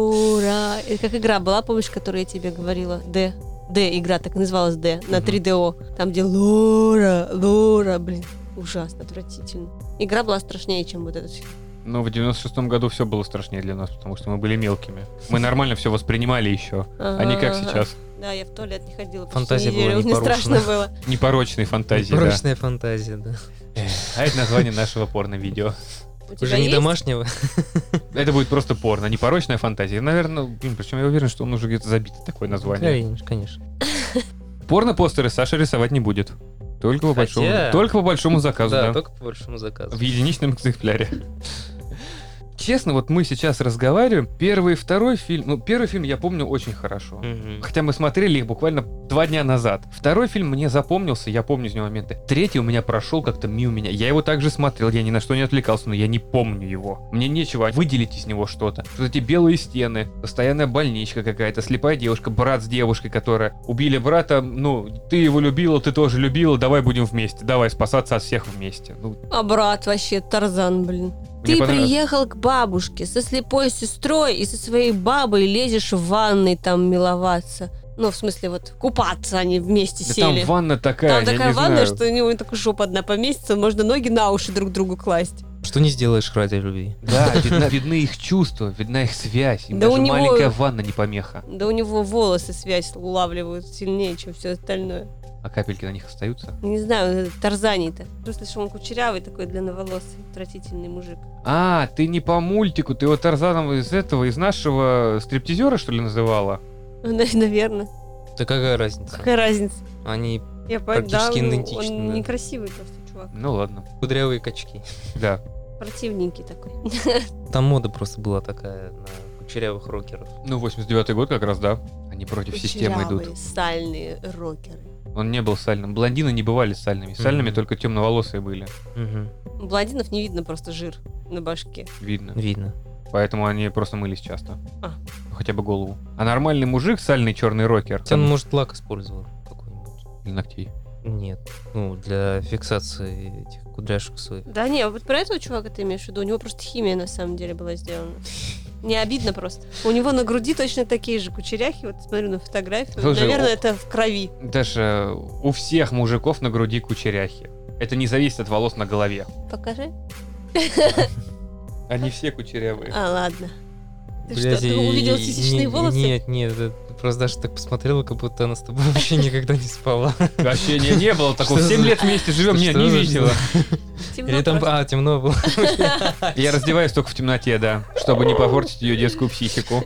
Лора. Это как игра была, помнишь, которую я тебе говорила? Д. Д, игра так и называлась Д, на Мгм. три ди о. Там, где Лора, Лора, блин, ужасно, отвратительно. Игра была страшнее, чем вот этот фильм. Но в девяносто шестом году все было страшнее для нас, потому что мы были мелкими. Мы нормально все воспринимали еще, а не как Ага. сейчас. Да, я в туалет не ходила почти Фантазия была неделю, не мне порушена. страшно было. Непорочные фантазии, да. Прочная фантазия, да. Эх, А это название нашего порно-видео. У тебя Уже не есть? домашнего. Это будет просто порно, непорочная фантазия. Наверное, блин, причем я уверен, что он уже где-то забит, такое название. Конечно, конечно. Порно-постеры Саша рисовать не будет. Только по Хотя- большому, только по большому заказу, Да, да. только по большому заказу. В единичном экземпляре. Честно, вот мы сейчас разговариваем. Первый и второй фильм... Ну, первый фильм я помню очень хорошо. Мгм. Хотя мы смотрели их буквально два дня назад. Второй фильм мне запомнился, я помню из него моменты. Третий у меня прошел как-то мимо меня. Я его также смотрел, я ни на что не отвлекался, но я не помню его. Мне нечего выделить из него что-то. Вот эти белые стены, постоянная больничка какая-то, слепая девушка, брат с девушкой, которая убили брата. Ну, ты его любила, ты тоже любила, давай будем вместе, давай спасаться от всех вместе. Ну, А брат вообще Тарзан, блин. мне Ты понравилось. приехал к бабушке со слепой сестрой и со своей бабой лезешь в ванной там миловаться. Ну, в смысле, вот купаться они вместе Да там сели. ванна такая, Там я такая не ванная, знаю. что у него только жопа одна поместится, можно ноги на уши друг другу класть. Что не сделаешь ради любви. Да, видна- видны их чувства, видна их связь. Им Да даже у него- маленькая ванна не помеха. Да у него волосы связь улавливают сильнее, чем все остальное. А капельки на них остаются? Не знаю, Тарзаний-то. Просто что он кучерявый такой, длинноволосый, отвратительный мужик. А, ты не по мультику, ты его Тарзаном из этого, из нашего стриптизера, что ли, называла? Наверное. Да какая разница? Какая разница? Они Я понял, да, Практически ну, идентичны, он да. некрасивый просто чувак. Ну ладно, кудрявые качки. да. Противненький такой. Там мода просто была такая на кучерявых рокеров. Ну, восемьдесят девятый год как раз, да. Они против системы идут. Кучерявые, сальные рокеры. Он не был сальным. Блондины не бывали сальными. Сальными Мгм. только темноволосые были. Мгм. У блондинов не видно просто жир на башке. Видно. Видно. Поэтому они просто мылись часто. А. Хотя бы голову. А нормальный мужик, сальный черный рокер. Хотя он, может, лак использовал какой-нибудь. Для ногтей. Нет. Ну, для фиксации этих кудряшек своих. Да не, вот про этого чувака ты имеешь в виду? У него просто химия на самом деле была сделана. Не обидно просто. У него на груди точно такие же кучеряхи. Вот смотрю на фотографию. Слушай, Наверное, о- это в крови. Даже у всех мужиков на груди кучеряхи. Это не зависит от волос на голове. Покажи. Они все кучерявые. А, ладно. Ты Блядь, что, ты и- увидел и- сисечные не- волосы? Нет, нет, это просто даже так посмотрела, как будто она с тобой вообще никогда не спала. Вообще не, не было такого. Что Семь за- лет вместе живем, нет, Что не за- видела. Темно Или там, просто. а, темно было. Я раздеваюсь только в темноте, да, чтобы не попортить ее детскую психику.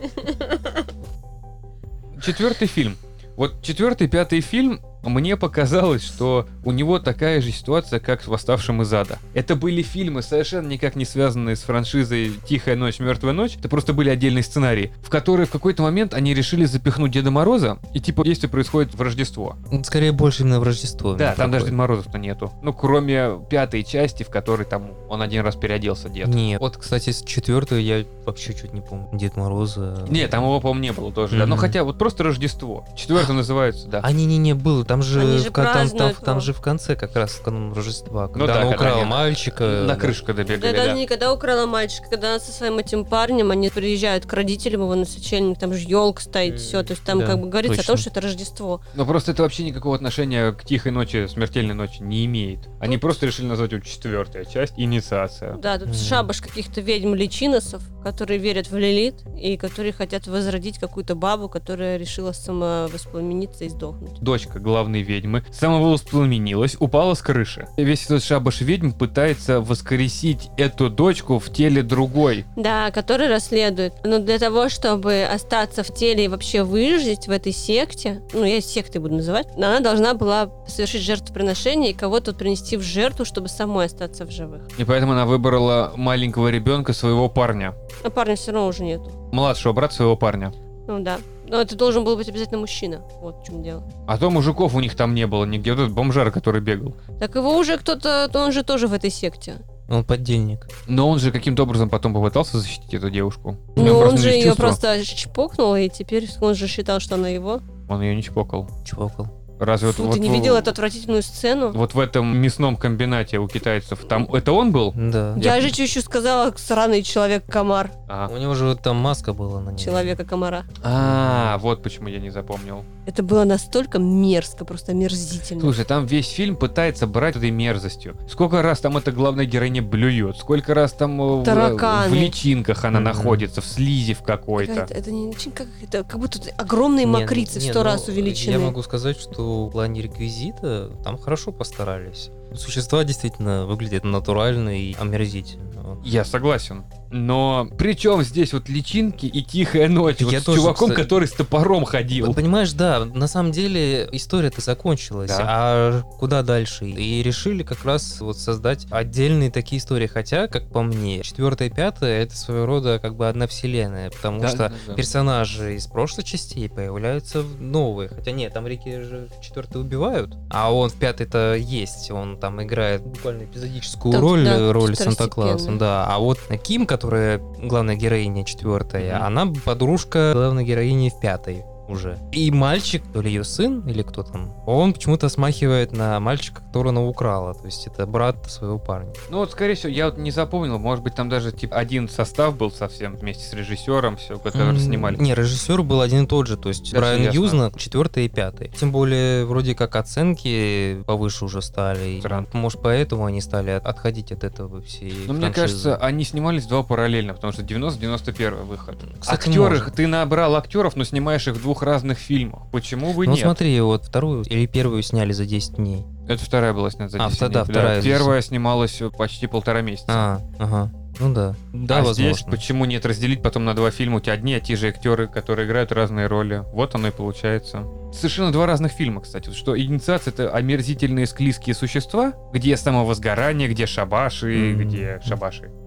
Четвертый фильм. Вот четвертый, пятый фильм, мне показалось, что у него такая же ситуация, как с «Восставшим из ада». Это были фильмы, совершенно никак не связанные с франшизой «Тихая ночь, мертвая ночь». Это просто были отдельные сценарии, в которые в какой-то момент они решили запихнуть Деда Мороза, и типа действие происходит в Рождество. Скорее больше именно в Рождество. Да, именно там даже такое. Деда Мороза-то нету. Ну, кроме пятой части, в которой там он один раз переоделся, дед. Нет. Вот, кстати, с четвертой я вообще чуть не помню. Дед Мороза. Нет, там его, по-моему, не было тоже, да. Но Мгм. хотя вот просто Рождество. Четвертый называется, да. А не-не-не, было. Там же, Они же в кон- там, там, празднуют там его. же в конце как раз в канун Рождества, когда да, она когда украла они мальчика. На да. крышу когда Да, бегали, даже да. не когда украла мальчика, когда она со своим этим парнем, они приезжают к родителям его на сочельник, там же елка стоит, М, все. То есть там да, как бы говорится о том, точно. что это Рождество. Но просто это вообще никакого отношения к «Тихой ночи», «Смертельной ночи» не имеет. Они просто решили назвать его четвертая часть, инициация. Да, тут Мгм. шабаш каких-то ведьм-личиносов, которые верят в Лилит и которые хотят возродить какую-то бабу, которая решила самовоспламениться и сдохнуть. Дочка главной ведьмы самовоспламенилась, упала с крыши. И весь этот шабаш ведьм пытается воскресить эту дочку в теле другой. Да, который расследует. Но для того, чтобы остаться в теле и вообще выжить в этой секте, ну, я сектой буду называть, она должна была совершить жертвоприношение и кого-то принести в жертву, чтобы самой остаться в живых. И поэтому она выбрала маленького ребенка, своего парня. А парня все равно уже нету. Младшего брата своего парня. Ну да. Но это должен был быть обязательно мужчина. Вот в чем дело. А то мужиков у них там не было нигде. Вот этот бомжар, который бегал. Так его уже кто-то, он же тоже в этой секте. Он поддельник. Но он же каким-то образом потом попытался защитить эту девушку. У Ну, него он просто же есть ее чувство. просто чпокнул, и теперь он же считал, что она его. Он ее не чпокал. Чпокал. Разве Фу, вот, ты вот не в- видел эту отвратительную сцену? Вот в этом мясном комбинате у китайцев там это он был? Да. Я же еще сказала, сраный человек-комар. А, У него же вот там маска была на нем. Человека-комара. А, вот почему я не запомнил. Это было настолько мерзко, просто омерзительно. Слушай, там весь фильм пытается брать этой мерзостью. Сколько раз там эта главная героиня блюет, сколько раз там э, в, Тараканы. в личинках она Мгм. находится, в слизи в какой-то. Это, это не очень как это, как будто огромные Не, мокрицы в не, сто ну, раз увеличены. Я могу сказать, что в плане реквизита там хорошо постарались. Существа действительно выглядят натурально и омерзительно. Я согласен. Но при чем здесь вот личинки и тихая ночь? Вот Я с тоже, чуваком, кстати. который с топором ходил. Вот понимаешь, да, на самом деле история-то закончилась, Да. а куда дальше? И решили как раз вот создать отдельные такие истории, хотя, как по мне, четвертая и пятая это своего рода как бы одна вселенная, потому Да, что да, да. персонажи из прошлых частей появляются в новые, хотя нет, там Рики же в четвертой убивают, а он в пятой-то есть, он там играет буквально эпизодическую Там, роль, да, роль Санта-Клауса, второстепенную. да, а вот Ким, которая главная героиня четвертая, Мгм. она подружка главной героини в пятой уже. И мальчик, то ли ее сын, или кто там, он почему-то смахивает на мальчика, которого она украла. То есть это брат своего парня. Ну вот, скорее всего, я вот не запомнил. Может быть, там даже типа один состав был совсем вместе с режиссером, все, который М, снимали. Не, режиссер был один и тот же, то есть Даже Брайан ясно. Юзна, четвертый и пятый. Тем более, вроде как оценки повыше уже стали. И, Странно. может, поэтому они стали от- отходить от этого всей Но мне франшизы. кажется, они снимались два параллельно, потому что девяносто девяносто первый выход. Кстати, Актеры, может. ты набрал актеров, но снимаешь их в двух разных фильмах. Почему бы Ну нет? смотри, вот вторую или первую сняли за десять дней. Это вторая была снята за А, десять да, дней. вторая за Первая снималась почти полтора месяца. А, ага. Ну да. Да, а возможно. здесь почему нет разделить потом на два фильма? У тебя одни, а те же актеры, которые играют разные роли. Вот оно и получается. Совершенно два разных фильма, кстати. Вот что «Инициация» — это омерзительные склизкие существа, где самовозгорание, где шабаши, Мгм. где шабаши.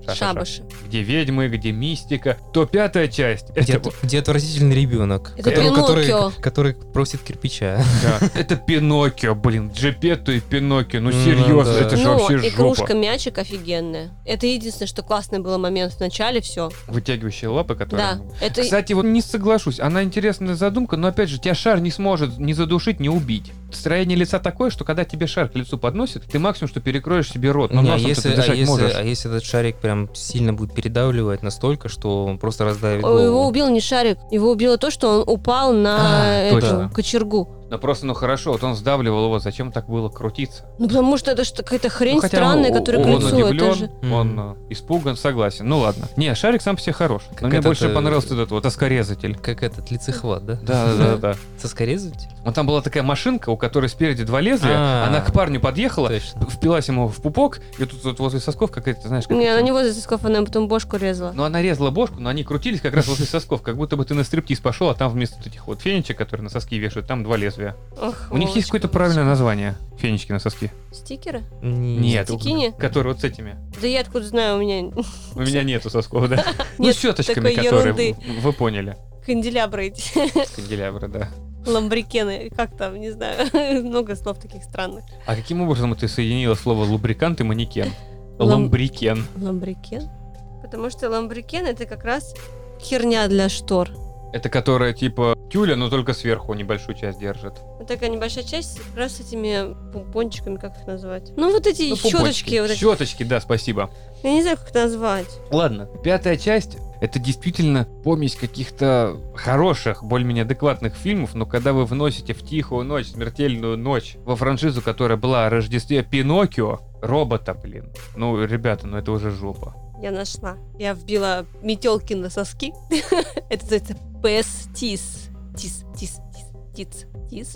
Шабаши. Где ведьмы, где мистика, то пятая часть... Где, это, где отвратительный ребенок, Это который, который, Пиноккио. который просит кирпича. да, это Пиноккио, блин, Джепетто и Пиноккио, ну Ну, серьезно, да. это же Ну, вообще игрушка жопа. мячик офигенная. Это единственное, что классный был момент в начале, все. Вытягивающие лапы, которые... Да, это... Кстати, вот не соглашусь, она интересная задумка, но опять же, тебя шар не сможет ни задушить, ни убить. Строение лица такое, что когда тебе шар к лицу подносит, ты максимум, что перекроешь себе рот, но Не, а носом если, ты а, дышать если, можешь. а если этот шарик прям сильно будет передавливать настолько, что он просто раздавит О, Его голову? убил не шарик, его убило то, что он упал на А, эту точно. кочергу. Но просто, ну хорошо, вот он сдавливал его, зачем так было крутиться? Ну, потому что это же какая-то хрень Ну, хотя странная, он- которая к он лицу. удивлен, Это же... он Мгм. э, испуган, согласен. Ну ладно. Не, шарик сам по себе хорош. Но Как мне этот, больше э, понравился этот вот оскорезатель. Как этот лицехват, да? Да, да, да. Соскорезыватель? Вот там была такая машинка, у которой спереди два лезвия, А. она к парню подъехала, Точно. впилась ему в пупок, и тут вот возле сосков какая-то, знаешь, как Не, это- она не возле сосков, она потом бошку резала. Ну, она резала бошку, но они крутились как раз возле сосков, как будто бы ты на стриптиз пошел, а там вместо вот этих вот фенечек, которые на соски вешают, там два лезвия. Ох, У них есть Вовочка, какое-то правильное название. Фенечки на соски. Стикеры? Не- Нет. Стикини? Которые вот с этими. Да я откуда знаю, у меня У меня нету сосков, да? Ну, Нет с щеточками, такой которые... ерунды. Вы поняли. канделябры эти, Канделябры, да. ламбрикены, как там, не знаю, много слов таких странных. А каким образом ты соединила слово лубрикант и манекен? Лам- Ламбрикен. Ламбрикен? Потому что ламбрикен это как раз херня для штор. Это которая типа тюля, но только сверху небольшую часть держит. Вот такая небольшая часть как раз с этими помпончиками, как их назвать? Ну вот эти Ну, щеточки, пупочки. вот эти. Щеточки, да, спасибо. Я не знаю, как это назвать. Ладно, пятая часть — это действительно помесь каких-то хороших, более-менее адекватных фильмов, но когда вы вносите в «Тихую ночь», «Смертельную ночь» во франшизу, которая была о Рождестве Пиноккио, робота, блин. Ну, ребята, ну это уже жопа. Я нашла. Я вбила метелки на соски. Это называется пэс-тис. Тис, тис, тис, тис, тис.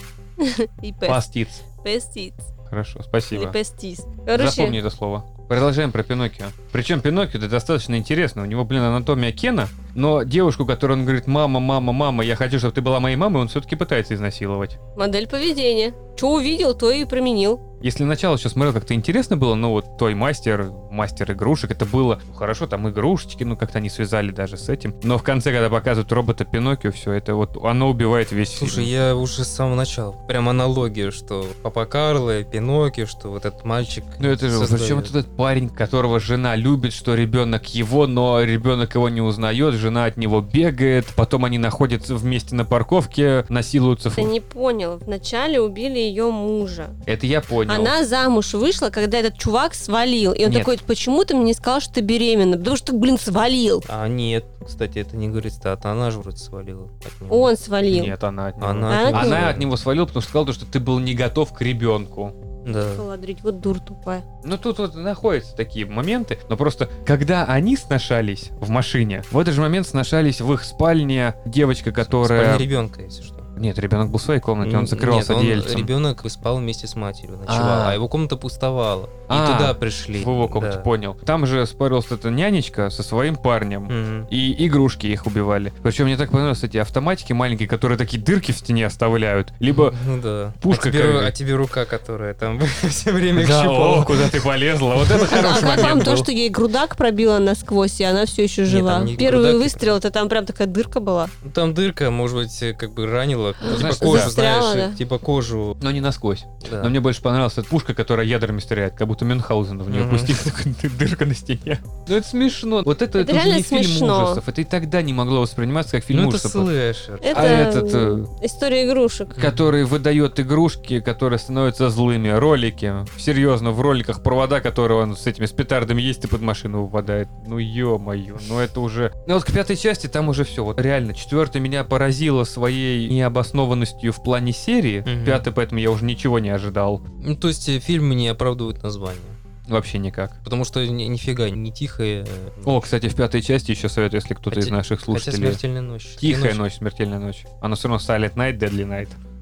И пэс. Пастиц. Пэс-тис. Хорошо, Или спасибо. пэс-тис. Запомни Короче, это слово. Продолжаем про Пиноккио. Причем Пиноккио это достаточно интересно. У него, блин, анатомия Кена, но девушку, которую он говорит: мама, мама, мама, я хочу, чтобы ты была моей мамой, он все-таки пытается изнасиловать. модель поведения. Что увидел, то и применил. Если начало сейчас смотрел, как-то интересно было, но вот той мастер, мастер игрушек, это было ну, хорошо, там игрушечки, ну как-то они связали даже с этим. Но в конце, когда показывают робота Пиноккио, все это вот, оно убивает весь Слушай, фильм. я уже с самого начала. Прям аналогию, что Папа Карло, Пиноккио, что вот этот мальчик. Ну это же, создает. причем вот этот парень, которого жена любит, что ребенок его, но ребенок его не узнает, жена от него бегает, потом они находятся вместе на парковке, насилуются. Ты не понял. Вначале убили ее мужа. Это я понял. Она замуж вышла, когда этот чувак свалил. И он Нет. такой: почему ты мне не сказал, что ты беременна? Потому что ты, блин, свалил. А нет, кстати, это не говорит, а она же вроде свалила от него. Он свалил. Нет, она от него. Она от него Она свалила. от него свалила, потому что сказала, что ты был не готов к ребенку. Да. Холодрить, вот дур тупая. Ну тут вот находятся такие моменты, но просто когда они сношались в машине, в этот же момент сношались в их спальне девочка, которая... Спальня ребенка, если что. Нет, ребенок был в своей комнате, он закрывался Нет, он- одеяльцем. ребенок спал вместе с матерью, ночевал, А. а его комната пустовала. И А, туда пришли. В его комнате, Да. понял. Там же спорилась эта нянечка со своим парнем. Мгм. И игрушки их убивали. Причем мне так понравились эти автоматики маленькие, которые такие дырки в стене оставляют. Либо... Ну да. пушка а тебе, какая-то. а тебе рука, которая там все время Да, щипала. о, куда ты полезла. Вот это А хороший как вам момент то, был. что ей грудак пробила насквозь, и она все еще Нет, жива? там не Первый грудак, выстрел, это там прям такая дырка была. Ну, там дырка, может быть, э, как бы ранила. Ну, типа знаешь, кожу, застряла, знаешь, да. типа кожу. Но не насквозь. Да. Но мне больше понравилась эта пушка, которая ядрами стреляет, как будто Мюнхгаузен в нее Мгм. пустил, такая дырка на стене. Ну это смешно. Вот это, Это это уже реально не фильм смешно. ужасов. Это и тогда не могло восприниматься как фильм Ну это ужасов. слэшер. Это А этот, э, м, история игрушек. Который выдает игрушки, которые становятся злыми, ролики. Серьезно, в роликах провода, которые он с этими с петардами есть и под машину выпадает. Ну ё-моё, ну это уже... Ну вот к пятой части там уже все. Вот реально, четвертая меня поразила своей необоснованностью в плане серии. Мгм. Пятая, поэтому я уже ничего не ожидал. Ну то есть э, фильм не оправдывает название. Вообще никак. Потому что ни- нифига не тихая. э, О, кстати, в пятой части еще советую, если кто-то Хотя- из наших Хотя слушателей... смертельная ночь. Тихая И ночь, смертельная ночь. Оно все равно Silent Night, Deadly Night.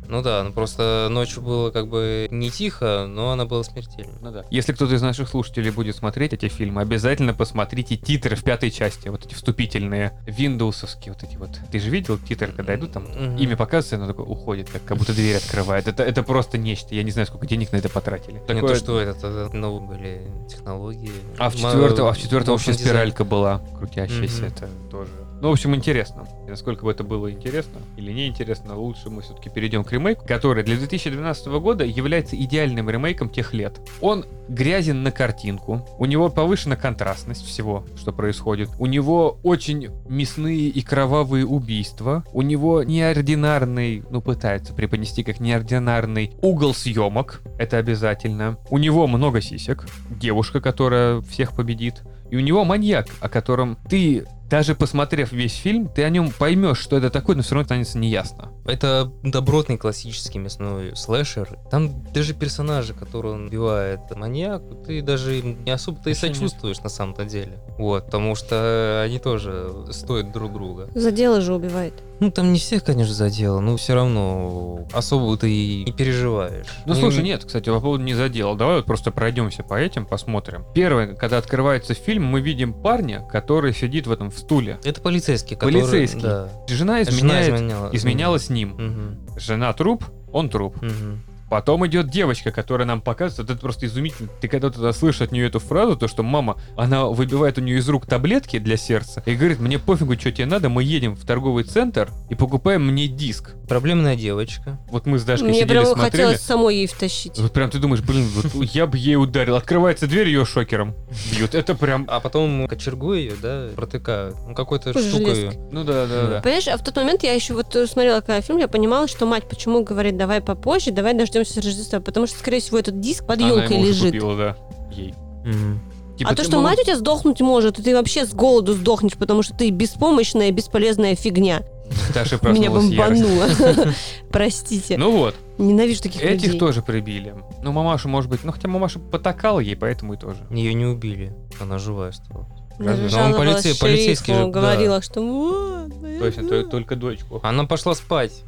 Ну да, ну просто ночью было как бы не тихо, но она была смертельна. Ну да. Если кто-то из наших слушателей будет смотреть эти фильмы, обязательно посмотрите титры в пятой части, вот эти вступительные, виндоусовские вот эти вот. Ты же видел титры, когда идут там, Мгм. имя показывается, оно такое уходит, как, как будто дверь открывает. Это, это просто нечто. Я не знаю, сколько денег на это потратили. Нет, Такое- то что это, это новые были технологии. А в Ма- четвертом, а в четвертом вообще motion design. спиралька была крутящаяся, Мгм. это тоже. Ну, в общем, интересно. И насколько бы это было интересно или неинтересно, лучше мы все-таки перейдем к ремейку, который для две тысячи двенадцатого года является идеальным ремейком тех лет. Он грязен на картинку, у него повышена контрастность всего, что происходит, у него очень мясные и кровавые убийства, у него неординарный, ну, пытается преподнести как неординарный угол съемок, это обязательно. У него много сисек, девушка, которая всех победит, и у него маньяк, о котором ты, даже посмотрев весь фильм, ты о нем поймешь, что это такое, но все равно станется неясно. Это добротный классический мясной слэшер. Там даже персонажи, которые он убивает, маньяк, ты даже им не особо-то и Вообще нет. сочувствуешь на самом-то деле. Вот, потому что они тоже стоят друг друга. За дело же убивает. Ну, там не всех, конечно, задело, но все равно особо ты и не переживаешь. Ну, слушай, нет, кстати, по поводу не задела. Давай вот просто пройдемся по этим, посмотрим. Первое, когда открывается фильм, мы видим парня, который сидит в этом в стуле. Это полицейский, который... Полицейский. Да. Жена Жена изменяет, изменяла. изменяла с ним. Мгм. Жена труп, он труп. Мгм. Потом идет девочка, которая нам показывает, это просто изумительно. Ты когда туда слышишь от нее эту фразу, то что мама, она выбивает у нее из рук таблетки для сердца и говорит, мне пофигу, что тебе надо, мы едем в торговый центр и покупаем мне диск. Проблемная девочка. Вот мы с Дашкой Мне сидели, прям смотрели. хотелось самой ей втащить. Вот прям ты думаешь, блин, вот я бы ей ударил. Открывается дверь, ее шокером бьют. Это прям... А потом кочергу ее, да, протыкают. Ну, какой-то Какой штукой. железки. Ну да, да, да. Понимаешь, а в тот момент я еще вот э, смотрела когда фильм, я понимала, что мать почему говорит, давай попозже, давай дождемся Рождества, потому что, скорее всего, этот диск под Она елкой ему уже лежит. купила, да, ей. Мгм. Типа, А то, ты что мог- мать у тебя сдохнуть может, и ты вообще с голоду сдохнешь, потому что ты беспомощная, бесполезная фигня. Даша Меня проснулась ярость. бомбануло. Простите. Ну вот, Ненавижу таких этих людей. тоже прибили. Ну, мамаша, может быть, ну хотя мамаша потакала ей, поэтому и тоже. Ее не убили. Она живая осталась. Даже Разве? Но он жаловалась полицей- полицейский шерифу, же, да. говорила, что вот, моя Точно, жена. то- только дочку. Она пошла спать.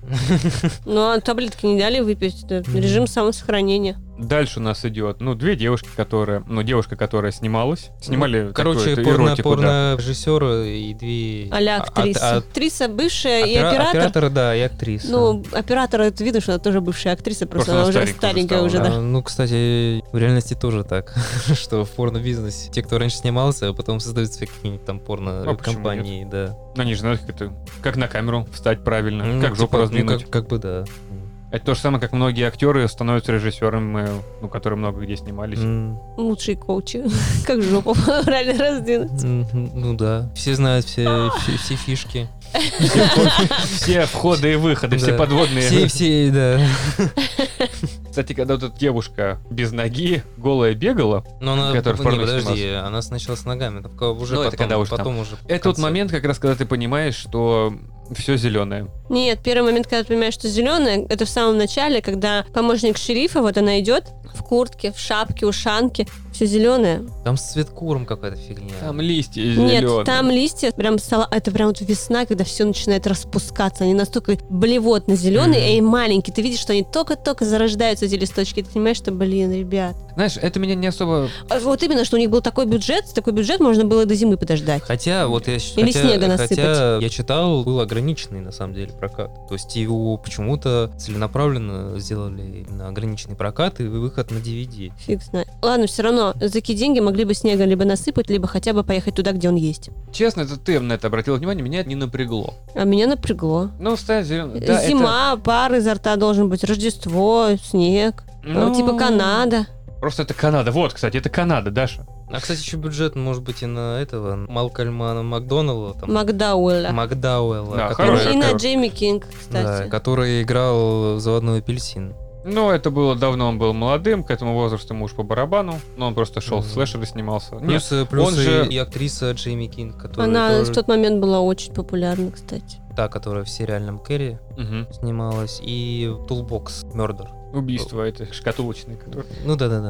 Ну, а таблетки не дали выпить, это Мгм. режим самосохранения. Дальше у нас идет, ну, две девушки, которые, ну, девушка, которая снималась. Снимали Ну, короче, такую-то порно, эротику, да. порно-режиссер и две... А-ля а- актриса. а- а- Актриса бывшая и опера- оператор. Оператор, да, и актриса. Ну, оператор, это видно, что она тоже бывшая актриса, просто, Просто она она уже старенькая уже старенькая стала, уже, да. да. А, ну, кстати, в реальности тоже так, что в порно-бизнесе те, кто раньше снимался, а потом создают свои какие-нибудь там А почему порно-компании, да. Ну, они же знают, как это, как на камеру встать правильно, Ну, как жопу типа, ну, раздвинуть. как, как бы да. Это то же самое, как многие актеры становятся режиссерами, ну, которые много где снимались. М, Лучшие коучи. Как жопу правильно раздвинуть. м, Ну да, все знают все, все, все фишки. Все входы и выходы, все Да. подводные. Все, все, да. Кстати, когда вот эта девушка без ноги, голая бегала, Но она, Который в не, порно подожди, она сначала с ногами, только уже Ну, это потом, когда уже потом уже. в это тот конце. момент, как раз, когда ты понимаешь, что все зеленое. Нет, первый момент, когда ты понимаешь, что зеленая, это в самом начале, когда помощник шерифа, вот она идет в куртке, в шапке, ушанке, все зеленое. Там с цветкуром какая-то фигня. Там листья зеленые. Нет, там листья, прям сала- это прям вот весна, когда все начинает распускаться. Они настолько блевотно зеленые Мгм. и маленькие. Ты видишь, что они только-только зарождаются, эти листочки. Ты понимаешь, что, блин, ребят. Знаешь, это меня не особо... А Вот именно, что у них был такой бюджет, такой бюджет можно было до зимы подождать. Хотя, вот я щ- Или хотя, снега насыпать. хотя я читал, был ограниченный на самом деле прокат. То есть его почему-то целенаправленно сделали на ограниченный прокат и выход на ди ви ди. Фиг знает. Ладно, все равно за такие деньги могли бы снега либо насыпать, либо хотя бы поехать туда, где он есть. Честно, это ты на это обратил внимание, меня это не напрягло. А меня напрягло. Ну, стоять зеленый... Да, это- Зима, пар изо рта должен быть, Рождество, снег, Ну, типа Канада. Просто это Канада. Вот, кстати, это Канада, Даша. А, кстати, еще бюджет может быть и на этого Малкольма Макдоналла, там, Макдауэлла. Макдауэлла, Да, который, хороший И на актер. Джейми Кинг, да, кстати. который играл в «Заводной апельсин». Ну, это было давно, он был молодым, к этому возрасту ему уж по барабану. Но он просто шел Мгм. в слэшеры, снимался. Нет, Плюс, э, плюс он и, же- и актриса Джейми Кинг, которая, Она тоже- в тот момент была очень популярна, кстати. та, которая в сериальном Кэрри Мгм. снималась, и Toolbox Murder. Убийство это шкатулочное, которое... Ну да-да-да-да.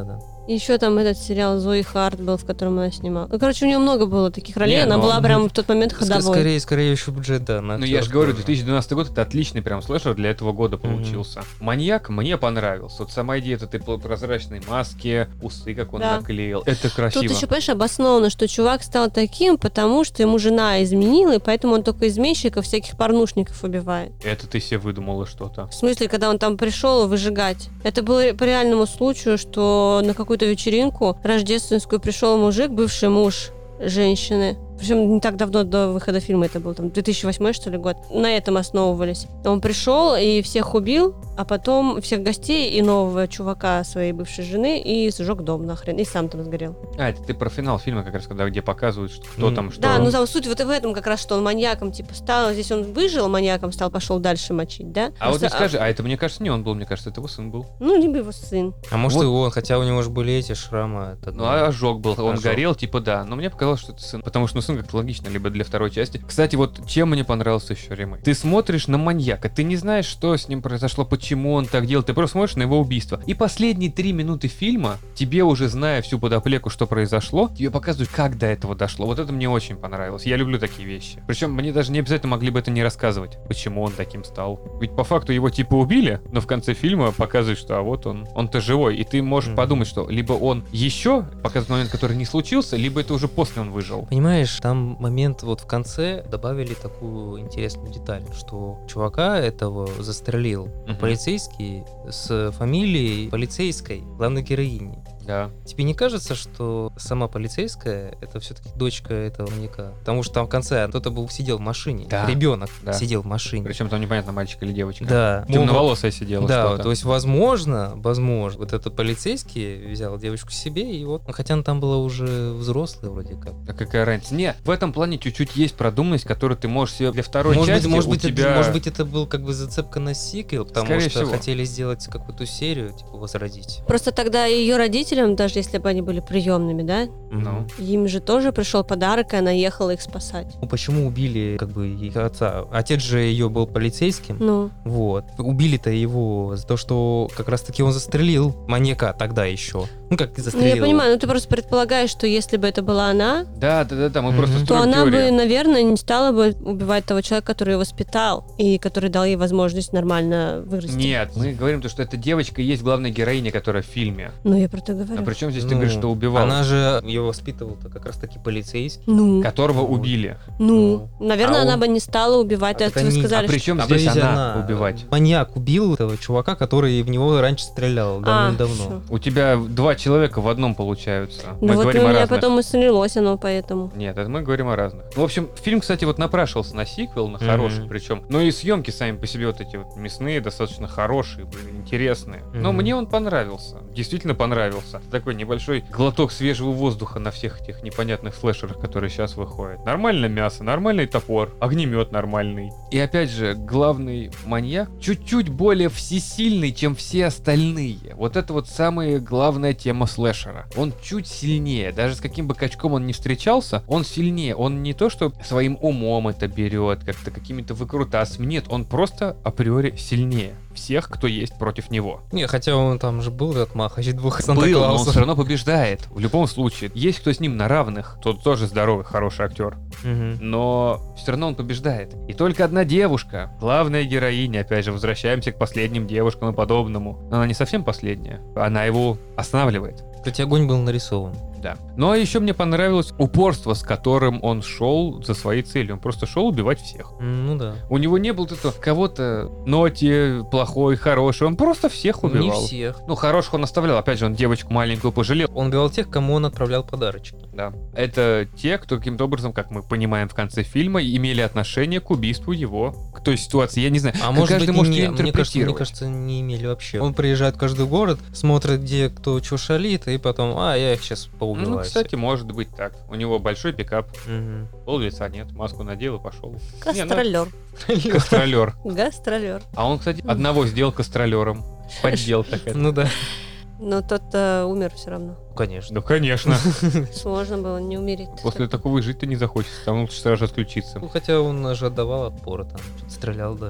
Еще там этот сериал Зои Харт был, в котором она снимала. Ну, короче, у нее много было таких ролей, Не, она ну, была ну, прям в тот момент Ск- ходовой. Скорее, скорее еще бюджет, да. на Ну, я же актёрскую говорю, роль. две тысячи двенадцатый год — это отличный прям слэшер для этого года получился. Маньяк мне понравился. Вот сама идея этой прозрачной маски, усы, как он Да. наклеил. Это красиво. Тут еще, понимаешь, обосновано, что чувак стал таким, потому что ему жена изменила, и поэтому он только изменщиков, всяких порнушников убивает. Это ты себе выдумала что-то. В смысле, когда он там пришел выжигать. Это было по реальному случаю, что на какую-то вечеринку рождественскую пришел мужик, бывший муж женщины. Причем не так давно до выхода фильма это был, там, две тысячи восьмой, что ли, год. На этом основывались. Он пришел и всех убил, а потом всех гостей и нового чувака своей бывшей жены и сжег дом нахрен, и сам там сгорел. А, это ты про финал фильма как раз, когда где показывают, что кто М, там, что... Да, ну там суть вот в этом как раз, что он маньяком типа стал, здесь он выжил, маньяком стал, пошел дальше мочить, да? А вот Просто, ты скажи, а это, мне кажется, не он был, мне кажется, это его сын был. Ну, либо его сын. А может Вот. и он, хотя у него же были эти шрамы. это, Ну, а ожог был, он Ожог. горел, типа, да. Но мне показалось, что это сын. Потому что, ну, сын как-то логично, либо для второй части. Кстати, вот чем мне понравился еще ремейк. Ты смотришь на маньяка, ты не знаешь, что с ним произошло, почему он так делал, ты просто смотришь на его убийство. И последние три минуты фильма, тебе уже зная всю подоплеку, что произошло, тебе показывают, как до этого дошло. Вот это мне очень понравилось. Я люблю такие вещи. Причем мне даже не обязательно могли бы это не рассказывать, почему он таким стал. Ведь по факту его типа убили, но в конце фильма показывают, что а вот он, он-то живой. И ты можешь Мгм. подумать, что либо он еще показывает момент, который не случился, либо это уже после он выжил. Понимаешь, там момент вот в конце добавили такую интересную деталь, что чувака этого застрелил Мгм. полицейский с фамилией полицейской главной героини. Да. Тебе не кажется, что сама полицейская это все-таки дочка этого маньяка? Потому что там в конце кто-то был сидел в машине, Да. ребенок Да. сидел в машине. Причем там непонятно, мальчик или девочка. Да. Темноволосая сидела Да, что-то. то есть, возможно, возможно, вот этот полицейский взял девочку себе, и вот, ну, хотя она там была уже взрослая вроде как. А какая разница? Не, в этом плане чуть-чуть есть продуманность, которую ты можешь себе для второй Может части быть, может у быть, тебя... это, может быть, это был как бы зацепка на сиквел, потому Скорее что всего. хотели сделать какую-то серию, типа, возродить. Просто тогда ее родителям, даже если бы они были приемными, да, Ну. им же тоже пришел подарок, и она ехала их спасать. Ну, почему убили, как бы, ее отца? Отец же ее был полицейским. Ну, Вот. Убили-то его за то, что как раз-таки он застрелил маньяка тогда еще. Ну, как ну, застрелил. я понимаю, но ты просто предполагаешь, что если бы это была она, Да, да, да, да, мы Мгм. просто То то строим она бы, теорию. наверное, не стала бы убивать того человека, который ее воспитал, и который дал ей возможность нормально вырасти. Нет, мы говорим то, что эта девочка и есть главная героиня, которая в фильме. Ну, я про это А говорю. причем здесь ты Ну, говоришь, что убивал? Она же ее воспитывал-то как раз-таки полицейский. Ну, Которого Вот. убили. ну, наверное, А она он- бы не стала убивать, А это так вы они- сказали, А что- причем А здесь подожди, она она- убивать? Маньяк убил этого чувака, который в него раньше стрелял А, давным-давно. У тебя два человека в одном получаются. Ну Мы вот говорим у о меня разных. потом и слилось оно поэтому. Нет, это мы говорим о разных. Ну, в общем, фильм, кстати, вот напрашивался на сиквел, на Мгм. хороший причем. Ну и съемки сами по себе вот эти вот мясные, достаточно хорошие, были интересные. Но Мгм. мне он понравился. Действительно понравился. Такой небольшой глоток свежего воздуха на всех этих непонятных слэшерах, которые сейчас выходят. Нормальное мясо, нормальный топор, огнемет нормальный. И опять же, главный маньяк чуть-чуть более всесильный, чем все остальные. Вот это вот самая главная тема слэшера. Он чуть сильнее. Даже с каким бы качком он ни встречался, он сильнее. Он не то, что своим умом это берет, как-то какими-то выкрутасами. Нет, он просто априори сильнее всех, кто есть против него. Не, хотя он там же был этот махач двух Был, но он Санта-Клаусов. все равно побеждает. В любом случае. Есть кто с ним на равных, тот тоже здоровый, хороший актер. Мгм. Но все равно он побеждает. И только одна девушка, главная героиня, опять же, возвращаемся к последним девушкам и подобному. Но она не совсем последняя. Она его останавливает. Кстати, огонь был нарисован. Да. Ну а еще мне понравилось упорство, с которым он шел за своей целью. Он просто шел убивать всех. М, Ну да. У него не было вот этого кого-то ноти, плохой, хороший. Он просто всех убивал. Не всех. Ну, хороших он оставлял. Опять же, он девочку маленькую пожалел. Он убивал тех, кому он отправлял подарочки. Да. Это те, кто каким-то образом, как мы понимаем в конце фильма, имели отношение к убийству его, к той ситуации. Я не знаю, А как может каждый быть, может не, ее мне, кажется, мне интерпретировать. кажется, не имели вообще. Он приезжает в каждый город, смотрит, где кто что шалит, и потом, а, я их сейчас поубиваю. Ну, кстати, может быть так. У него большой пикап, всех. Мгм. пол лица нет, маску надел и пошел. Гастролер. Кастролер. Гастролер. А он, кстати, одного сделал кастролером. Подделка такая. Ну да. Но тот-то умер все равно. Конечно. Ну, конечно. Сложно было не умереть. После такого и жить-то не захочется. Там лучше сразу отключиться. Ну, хотя он же отдавал отпор, там, что-то стрелял даже.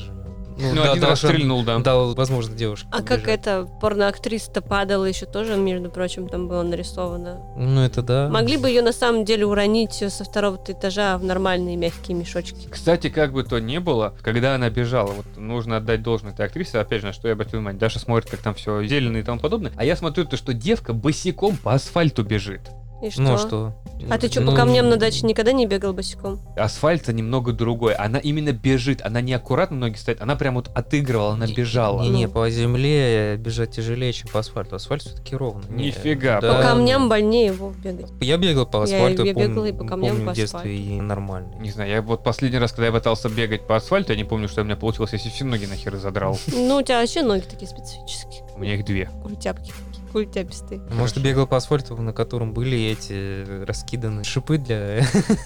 ну, Ну, да, один дал раз шанс- стрельнул, да. Дал возможность девушке А как убежать. это, порноактриса-то падала еще тоже, между прочим, там было нарисовано. Ну, это да. Могли бы ее на самом деле уронить со второго этажа в нормальные мягкие мешочки. Кстати, как бы то ни было, когда она бежала, вот нужно отдать должное этой актрисе, опять же, на что я обратил внимание, Даша смотрит, как там все зелено и тому подобное, а я смотрю то, что девка босиком по асфальту бежит. И что? Ну, а что? А ты что, Ну, по камням на даче никогда не бегал босиком? Асфальт-то немного другой, она именно бежит, она не аккуратно ноги ставит, она прям вот отыгрывала, она бежала. Не-не, по земле бежать тяжелее, чем по асфальту. Асфальт все-таки ровно. Не, Нифига, да, По камням ну, больнее его бегать. Я бегал по Я- асфальту, я помню, бегала и по камням, помню по в детстве, асфальту. и нормально. Не знаю, я вот последний раз, когда я пытался бегать по асфальту, я не помню, что у меня получилось, если все ноги нахер задрал. Ну, у тебя вообще ноги такие специфические. У меня их две. Культяпки такие, культяпистые. Может, ты бегал по асфальту, на котором были эти раскиданы шипы для...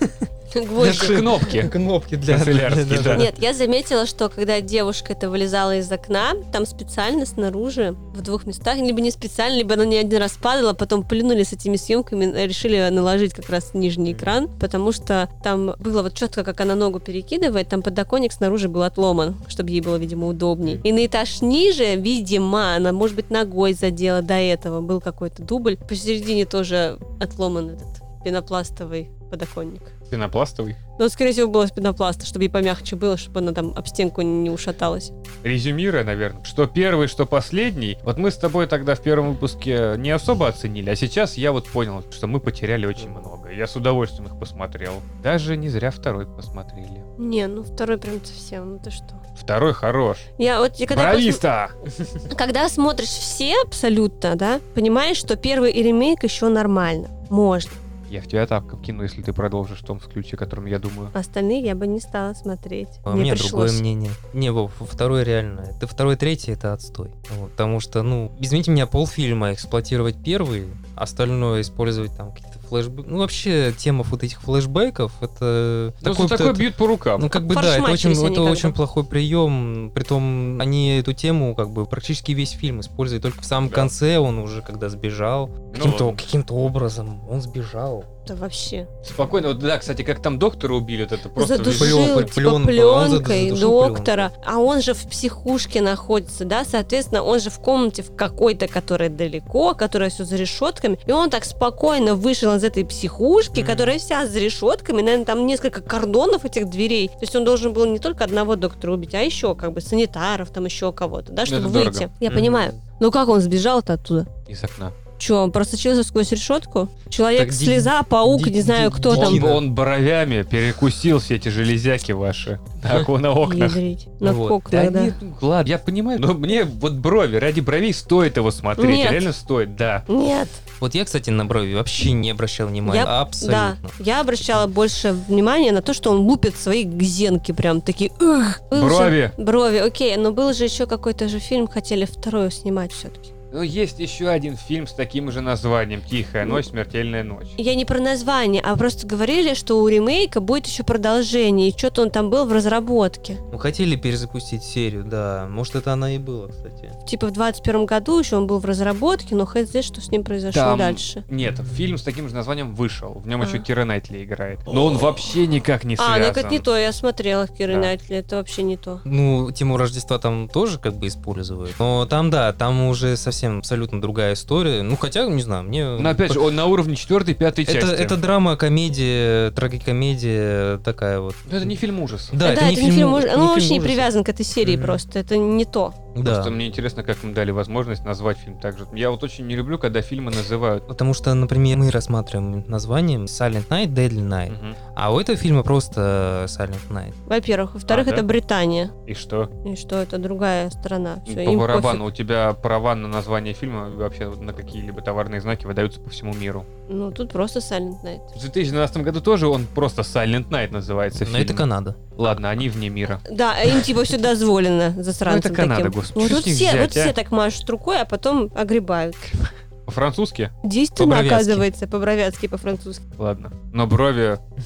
Гвозди. Кнопки. Кнопки для... Канцелярские, да. Нет, я заметила, что когда девушка это вылезала из окна, там специально снаружи, в двух местах, либо не специально, либо она не один раз падала, потом плюнули с этими съемками, решили наложить как раз нижний экран, потому что там было вот четко, как она ногу перекидывает, там подоконник снаружи был отломан, чтобы ей было, видимо, удобней. И на этаж ниже, видимо, она, может быть, ногой задела до этого, был какой-то дубль. Посередине тоже отломан этот пенопластовый подоконник. Пенопластовый. Но, скорее всего, было из пенопласта, чтобы ей помягче было, чтобы она там об стенку не ушаталась. Резюмируя, наверное, что первый, что последний. Вот мы с тобой тогда в первом выпуске не особо оценили, а сейчас я вот понял, что мы потеряли очень много. Я с удовольствием их посмотрел. Даже не зря второй посмотрели. Не, ну второй прям совсем, ну ты что. Второй хорош. Я вот я когда, Брависта! пос- когда смотришь все абсолютно, да, понимаешь, что первый и ремейк еще нормально. Можно. Я в тебя тапком кину, если ты продолжишь в том ключе, которым я думаю. Остальные я бы не стала смотреть. А у Мне меня пришлось. другое мнение. Не, Вов, второй реально. Это второй, третий это отстой. Вот, потому что, ну, извините меня, полфильма эксплуатировать первый, остальное использовать там какие-то флешбеки. Ну, вообще, тема вот этих флешбеков, это... Ну, за такое это- бьют по рукам. Ну, как бы, да, это очень, Форшмачились они это как очень бы. плохой прием. Притом, они эту тему, как бы, практически весь фильм используют. Только в самом Да. конце он уже, когда сбежал, Ну каким-то, ладно. каким-то образом он сбежал. Да вообще. Спокойно. Вот да, кстати, как там доктора убили, вот это просто... Задушил, Плен- типа, плен- он пленкой задушил доктора. А он же в психушке находится, да, соответственно, он же в комнате в какой-то, которая далеко, которая все за решетками. И он так спокойно вышел из этой психушки, Мгм. которая вся за решетками, наверное, там несколько кордонов этих дверей. То есть он должен был не только одного доктора убить, а еще как бы санитаров, там еще кого-то, да, чтобы это дорого. выйти. Я Мгм. понимаю. Ну как он сбежал-то оттуда? Из окна. Че, он просочился сквозь решетку? Человек, Так ди- слеза, паук, ди- не знаю, ди- кто ди- там. Он, Дина. он бровями перекусил все эти железяки ваши на, оку- на окнах. Ядрить. На Вот. окнах, Да да. нет, ну, ладно, я понимаю, но мне вот брови, ради бровей стоит его смотреть, Нет. реально стоит, да. Нет. Вот я, кстати, на брови вообще не обращал внимания. Я- Абсолютно. Да, я обращала больше внимания на то, что он лупит свои зенки прям такие. «Ух». Был же- Брови. Брови, окей, но был же еще какой-то же фильм, хотели второй снимать все-таки. Ну, есть еще один фильм с таким же названием «Тихая ночь, смертельная ночь». Я не про название, а просто говорили, что у ремейка будет еще продолжение, и что-то он там был в разработке. Ну, хотели перезапустить серию, да. Может, это она и была, кстати. Типа в двадцать первом году еще он был в разработке, но хз, что с ним произошло Там- дальше. Нет, фильм с таким же названием вышел. В нем А. еще Кира Найтли играет. Но он вообще никак не А, связан. ну это не то, я смотрела Киры Да. Найтли, это вообще не то. Ну, тему Рождества там тоже как бы используют. Но там, да, там уже совсем абсолютно другая история. Ну, хотя, не знаю, мне... Но опять же, он на уровне четвертой, пятой это, части. это драма, комедия, трагикомедия такая вот. Ну, это не фильм ужас. Да, это, не фильм, уж- не ну, фильм вообще не ужасов. привязан к этой серии Мгм. просто, это не то. Да. Просто мне интересно, как им дали возможность назвать фильм так же. Я вот очень не люблю, когда фильмы называют. Потому что, например, мы рассматриваем названием Silent Night, Deadly Night. Мгм. А у этого фильма просто Silent Night. Во-первых. Во-вторых, А, да? это Британия. И что? И что это другая страна. Всё, По им барабану, пофиг. у тебя права на название фильма и вообще на какие-либо товарные знаки выдаются по всему миру. Ну, тут просто Silent Night. В две тысячи двенадцатом году тоже он просто Silent Night называется Но фильм. это Канада. Ладно, они вне мира. Да, им типа все дозволено, засранцам Ну, это Канада, таким. господи, Вот что тут с них все, взять, вот а? все так машут рукой, а потом огребают. По-французски? Действенно, По-бровятски. оказывается, по-бровятски, по-французски. Ладно. Но брови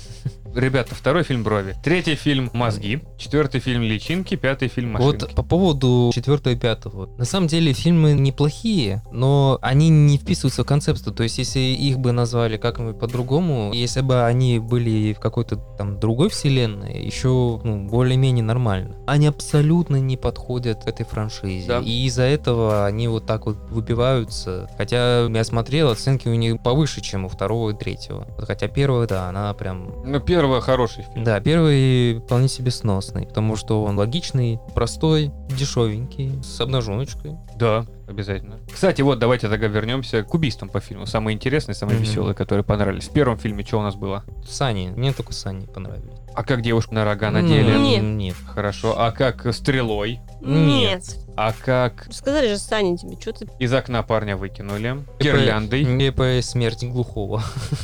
Ребята, второй фильм «Брови». Третий фильм «Мозги». Четвертый фильм «Личинки». Пятый фильм «Машинки». Вот по поводу четвертого и пятого. На самом деле фильмы неплохие, но они не вписываются в концепцию. То есть если их бы назвали как-нибудь по-другому, если бы они были в какой-то там другой вселенной, еще ну, более-менее нормально. Они абсолютно не подходят к этой франшизе. Да. И из-за этого они вот так вот выбиваются. Хотя я смотрел, оценки у них повыше, чем у второго и третьего. Хотя первая, да, она прям... Ну, первый хороший фильм. Да, первый вполне себе сносный, потому что он логичный, простой, дешевенький, с обнаженочкой. Да, обязательно. Кстати, вот давайте тогда вернемся к убийствам по фильму. Самые интересные, самые Мгм. веселые, которые понравились. В первом фильме что у нас было? Сани, мне только Сани понравились. А как девушку на рога М, надели? Нет. Нет. Хорошо. А как стрелой? Нет. А как Сказали же, Саня, тебе, что ты... из окна парня выкинули? Гирляндой? Нелепая смерть глухого.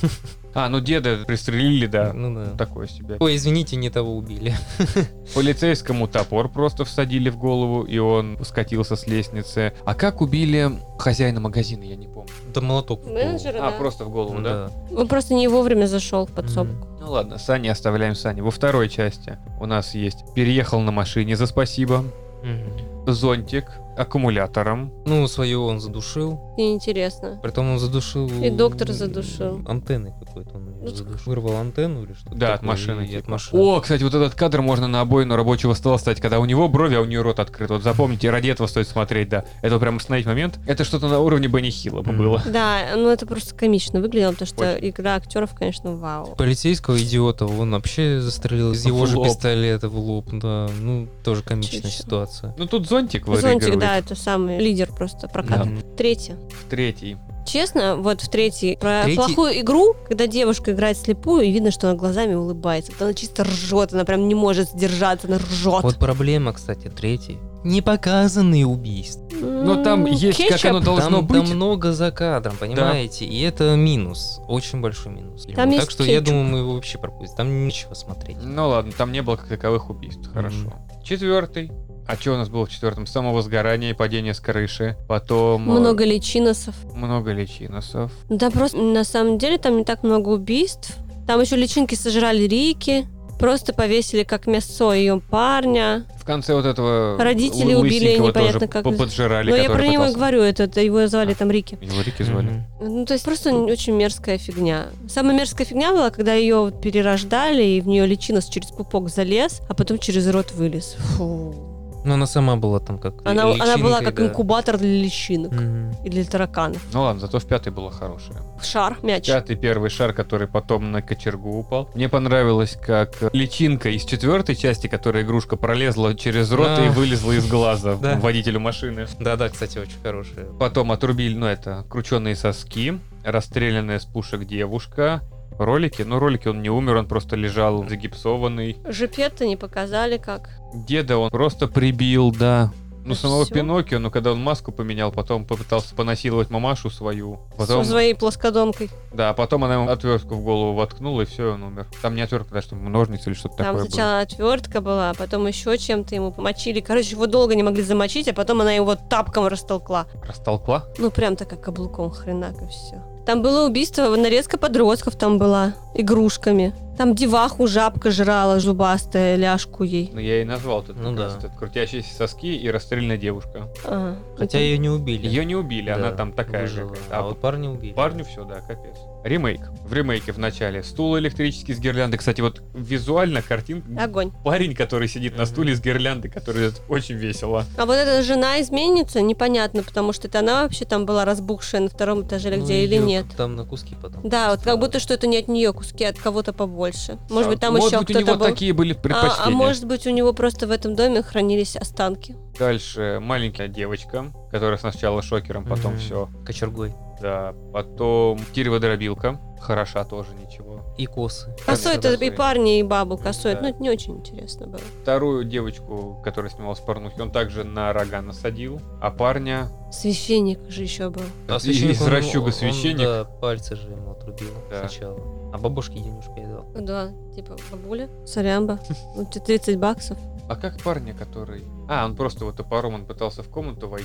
А, ну деда пристрелили, да. Ну да. Такое себе. Ой, извините, не того убили. Полицейскому топор просто всадили в голову, и он скатился с лестницы. А как убили хозяина магазина, я не помню. Да молоток. в голову. Менеджера, А, да. просто в голову, да? Да. Он просто не вовремя зашел в подсобку. Ну ладно, Сани оставляем Сани. Во второй части у нас есть «Переехал на машине за спасибо», Мгм. «Зонтик», «Аккумулятором». Ну, свое он задушил. Неинтересно. Притом он задушил... И доктор задушил. Антенны какой-то он Ну, задушил. Вырвал антенну или что-то Да, от такое, машины. и от типа. машины. О, кстати, вот этот кадр можно на обоину рабочего стола ставить, когда у него брови, а у нее рот открыт. Вот запомните, ради этого стоит смотреть, да. Это прям остановить момент. Это что-то на уровне Бенни Хилла бы Мгм. было. Да, ну это просто комично выглядело, потому что Очень. игра актеров, конечно, вау. Полицейского идиота он вообще застрелил из его В же лоб. пистолета в лоб, да. Ну, тоже комичная Чё ещё? ситуация. Ну тут зонтик Зонтик, выигрывает. да, это самый лидер просто проката. Мгм. Третье. Третий. Честно, вот в третьей про Третий- плохую игру, когда девушка играет слепую, и видно, что она глазами улыбается, когда она чисто ржет, она прям не может сдержаться, она ржет. Вот проблема, кстати, третий. Не показанные убийства. Но там есть, как оно должно Там, быть. там много за кадром, понимаете? И это минус. Очень большой минус. Там так есть что я кетчуп. думаю, мы его вообще пропустим. Там нечего смотреть. Ну ладно, там не было как таковых убийств. Хорошо. Четвертый. А что у нас было в четвертом? Самого сгорания и падения с крыши. Потом... э, Много личиносов. Много личиносов. Да просто на самом деле там не так много убийств. Там еще личинки сожрали Рики. Просто повесили как мясо ее парня. В конце вот этого Родители л- убили, лысенького непонятно тоже как. по- поджирали. Но я который про него и пытался- говорю, это, это его звали там Рики. Его Рики звали. Мгм. Ну, то есть просто очень мерзкая фигня. Самая мерзкая фигня была, когда ее вот перерождали, и в нее личинос через пупок залез, а потом через рот вылез. Фу. Но она сама была там как Она, она была как личинкой, да. инкубатор для личинок. Мгм. И для тараканов. Ну ладно, зато в пятой было хорошее. Шар, мяч. Пятый первый шар, который потом на кочергу упал. Мне понравилось, как личинка из четвертой части, которая игрушка пролезла через рот А. и вылезла из глаза Да. водителю машины. Да-да, кстати, очень хорошая. Потом отрубили, ну это, крученые соски, расстрелянная с пушек девушка, ролики. Ну, ролики он не умер, он просто лежал загипсованный. Жепетта не показали как. Деда он просто прибил, да. Ну, Это самого всё? Пиноккио, но когда он маску поменял, потом попытался понасиловать мамашу свою. Потом, Со своей плоскодомкой. да, потом она ему отвертку в голову воткнула, и все, он умер. Там не отвертка, да, что ножницы или что-то Там такое сначала отвертка была, а потом еще чем-то ему помочили. Короче, его долго не могли замочить, а потом она его тапком растолкла. было. Растолкла? Ну, прям так, как каблуком, хренак и все. Там было убийство, нарезка подростков там была, игрушками. Там деваху жабка жрала, зубастая, ляжку ей. Ну, я и назвал тут Ну как раз да. этот крутящиеся соски и расстрельная девушка. Ага. Хотя ее не убили. Ее не убили, Да, она там такая же. выжила. какая-то. А А вот парня убили. парню все, да, капец. Ремейк. В ремейке в начале стул электрический с гирляндой. Кстати, вот визуально картинка. Огонь. Парень, который сидит на Мгм. стуле с гирляндой, который очень весело. А вот эта жена изменится, непонятно, потому что это она вообще там была разбухшая на втором этаже или Ну, где, или её нет. Там на куски потом. Да, вот как стало. будто что это не от нее куски, а от кого-то побольше. Может быть, там Может еще быть, у него кто-то был. такие были А, предпочтения. а может быть, у него просто в этом доме хранились останки. Дальше маленькая девочка, которая сначала шокером, потом Мгм. все. Кочергой. Да, потом дерево-дробилка. Хороша тоже, ничего. И косы. Косой Конечно, это и косой. парни, и бабу косой. Да. Ну, это не очень интересно было. Вторую девочку, которая снималась в порнухе, он также на рога насадил. А парня... Священник же еще был. А из священник, он- расчуга он, священник. да, пальцы же ему отрубил Да. сначала. А бабушке денежку я дал. Да, типа бабуля, сорямба. Ну, тебе тридцать баксов. А как парня, который... А, он просто вот топором он пытался в комнату войти.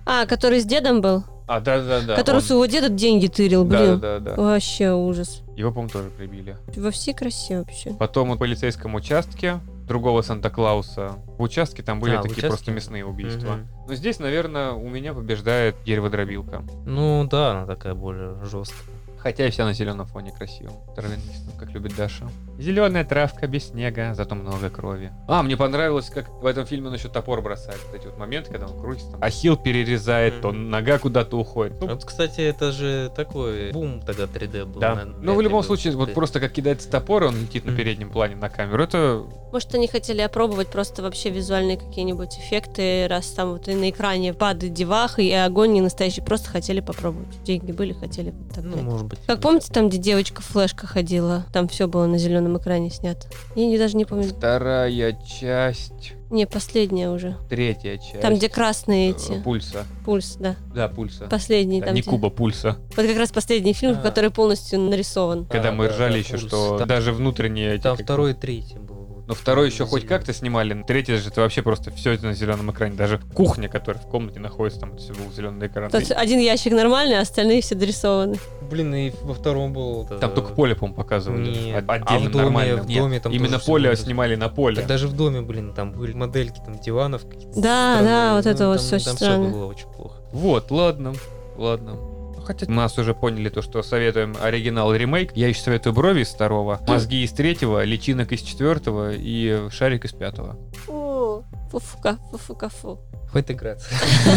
А, который с дедом был? А, да-да-да. Который он... своего деда деньги тырил, блин. Да-да-да. Вообще ужас. Его, по-моему, тоже прибили. Во всей красе вообще. Потом в полицейском участке другого Санта-Клауса. В участке там были А, такие участке? просто мясные убийства. Мгм. Но здесь, наверное, у меня побеждает дереводробилка. Ну да, она такая более жесткая. Хотя и вся на зеленом фоне красиво. Травянистом, как любит Даша. Зеленая травка без снега, зато много крови. А, мне понравилось, как в этом фильме он еще топор бросает. Вот эти вот моменты, когда он крутится, там, ахилл перерезает, то Мгм. нога куда-то уходит. Ну, Вот, кстати, это же такой бум тогда три дэ был. да. на- Ну, в вряд ли любом был случае, вот три дэ. просто как кидается топор, и он летит на Мгм. переднем плане на камеру. Это Может, они хотели опробовать просто вообще визуальные какие-нибудь эффекты, раз там вот и на экране падает деваха, и огонь не настоящий. Просто хотели попробовать. Деньги были, хотели Ну, подтоптать. может быть. Как помните, там, где девочка флешка ходила, там все было на зеленом экране снято. Я не, даже не помню. вторая часть, Не, последняя уже. третья часть. Там, где красные э, эти. Пульса. Пульс, да. Да, пульса. Последний Да, там. не где- Куба, пульса. Вот как раз последний фильм, А. который полностью нарисован. Когда А, мы да, ржали да, еще, «Пульс». что Там- даже внутренние эти... Там как- второй и третий был. Но второй еще хоть Зеленый. как-то снимали, третий же это вообще просто все это на зеленом экране. Даже кухня, которая в комнате находится, там это все был зеленый экран. Тут один ящик нормальный, а остальные все дорисованы. Блин, и во втором был... Там только поле, по-моему, показывали. Нет. От- Отдельно, А в доме- нормально. в Нет, доме там именно тоже всё поле было. снимали на поле. Так даже в доме, блин, там были модельки, там диванов какие-то. Да, странные. да, вот это Ну, вот там- всё Там странно. все было очень плохо. Вот, ладно, ладно. Хотя мы нас уже поняли то, что советуем оригинал и ремейк. Я еще советую брови из второго, мозги из третьего, личинок из четвертого и шарик из пятого. О, фу-фука, фу-фука, фу. Хватит играться.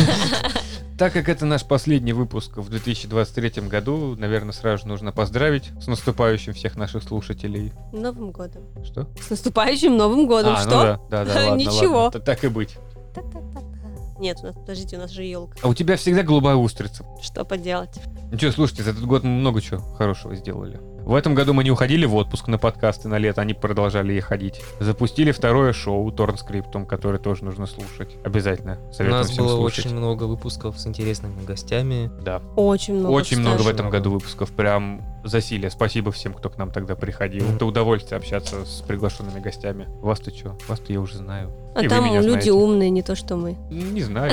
Так как это наш последний выпуск в две тысячи двадцать третьем году, наверное, сразу же нужно поздравить с наступающим всех наших слушателей. Новым годом. Что? С наступающим Новым годом. а, Что? ну да, да, да, ладно, Ничего. ладно. Т- Так и быть. Та-та-та-та. Нет, у нас, подождите, у нас же елка. А у тебя всегда голубая устрица. Что поделать? Ну что, слушайте, за этот год мы много чего хорошего сделали. В этом году мы не уходили в отпуск на подкасты на лето, они продолжали и ходить. Запустили второе шоу Торнскриптум, которое тоже нужно слушать. Обязательно. У Советуем нас всем было слушать. очень много выпусков с интересными гостями. Да. Очень много. Очень много в кстати. этом много. году выпусков. Прям засилие. Спасибо всем, кто к нам тогда приходил. Мгм. Это удовольствие общаться с приглашенными гостями. Вас-то что? Вас-то я уже знаю. А И вы там меня люди знаете. умные, не то что мы. Не знаю.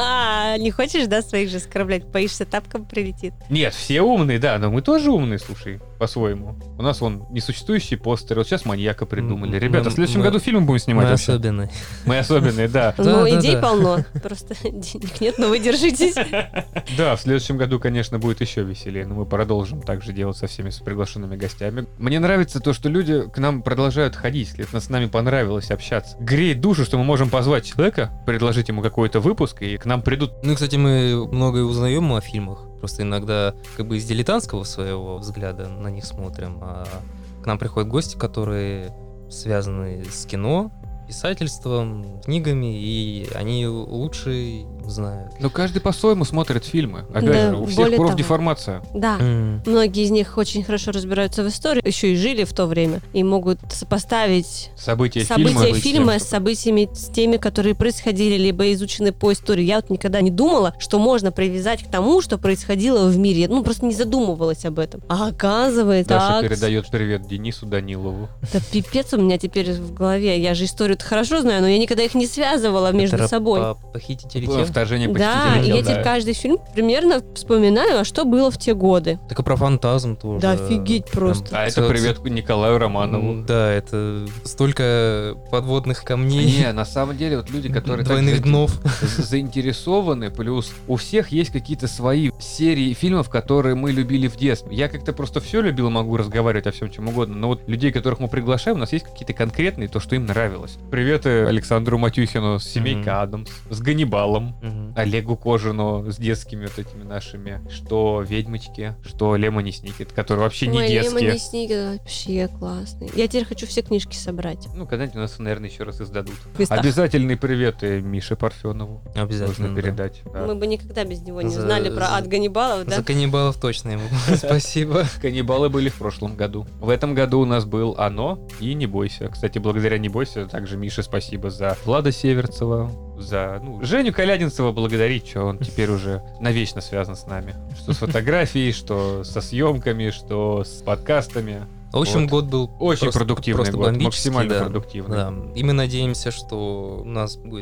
Не хочешь, да, своих же оскорблять? Боишься, тапком прилетит. Нет, все умные, да, но мы тоже умные, слушай, по-своему. У нас вон несуществующие постеры, вот сейчас маньяка придумали. М, Ребята, мы- в следующем мы- году фильм будем снимать Мы вообще. особенные. Мы особенные, да. Да, Ну, да, идей да. полно. Просто денег нет, но вы держитесь. Да, в следующем году, конечно, будет еще веселее, но мы продолжим также делать со всеми с приглашенными гостями. Мне нравится то, что люди к нам продолжают ходить, если это с нами понравилось общаться. Греет душу, что мы можем позвать человека, предложить ему какой-то выпуск, и к нам придут. Ну, кстати, мы многое узнаем о фильмах. Просто иногда как бы из дилетантского своего взгляда на них смотрим. А к нам приходят гости, которые связаны с кино, писательством, книгами, и они лучше знают. Но каждый по-своему смотрит фильмы. Опять Да, же, у всех более того. профдеформация. Да. М. Многие из них очень хорошо разбираются в истории, еще и жили в то время, и могут сопоставить События, события фильма. фильма с событиями, с теми, которые происходили, либо изучены по истории. Я вот никогда не думала, что можно привязать к тому, что происходило в мире. Ну, просто не задумывалась об этом. А оказывается, Даша так... передает привет Денису Данилову. Да пипец у меня теперь в голове. Я же историю-то хорошо знаю, но я никогда их не связывала между Это собой. по- Похитители Было тел. Вторжение Да, посетителей и тел, я теперь да. каждый фильм примерно вспоминаю, а что было в те годы. Так и про фантазм тоже. Да офигеть Прям просто. А это целый- привет Николаю Романову. М, Да, это столько подводных камней, Не, на самом деле, вот люди, которые так двойных за- днов. за- заинтересованы, плюс у всех есть какие-то свои серии фильмов, которые мы любили в детстве. Я как-то просто все любил, могу разговаривать о всем чем угодно, но вот людей, которых мы приглашаем, у нас есть какие-то конкретные, то, что им нравилось. Привет э, Александру Матюхину с «Семейкой Мгм. Адамс», с «Ганнибалом», Мгм. Олегу Кожину с детскими вот этими нашими, что «Ведьмочки», что «Лемони Сникет», которые вообще не Ой, детские. Лемони Сникет вообще классный. Я теперь хочу все книжки собрать. Ну, когда-нибудь у нас, наверное, еще раз издадут. В местах. Обязательный привет и Мише Парфенову. Обязательно. Нужно да. передать. да. Мы бы никогда без него не За- узнали про за- ад Ганнибалов, да? За каннибалов точно ему спасибо. Каннибалы были в прошлом году. В этом году у нас был «Оно» и «Не бойся». Кстати, благодаря «Не бойся» также Мише спасибо за Влада Северцева, за ну, Женю Колядинцева благодарить, что он теперь уже навечно связан с нами. Что с фотографией, что со съемками, что с подкастами. В общем, Вот. год был Очень просто- продуктивный просто год, бомбический, максимально да. продуктивный. Да. И мы надеемся, что у нас будет всё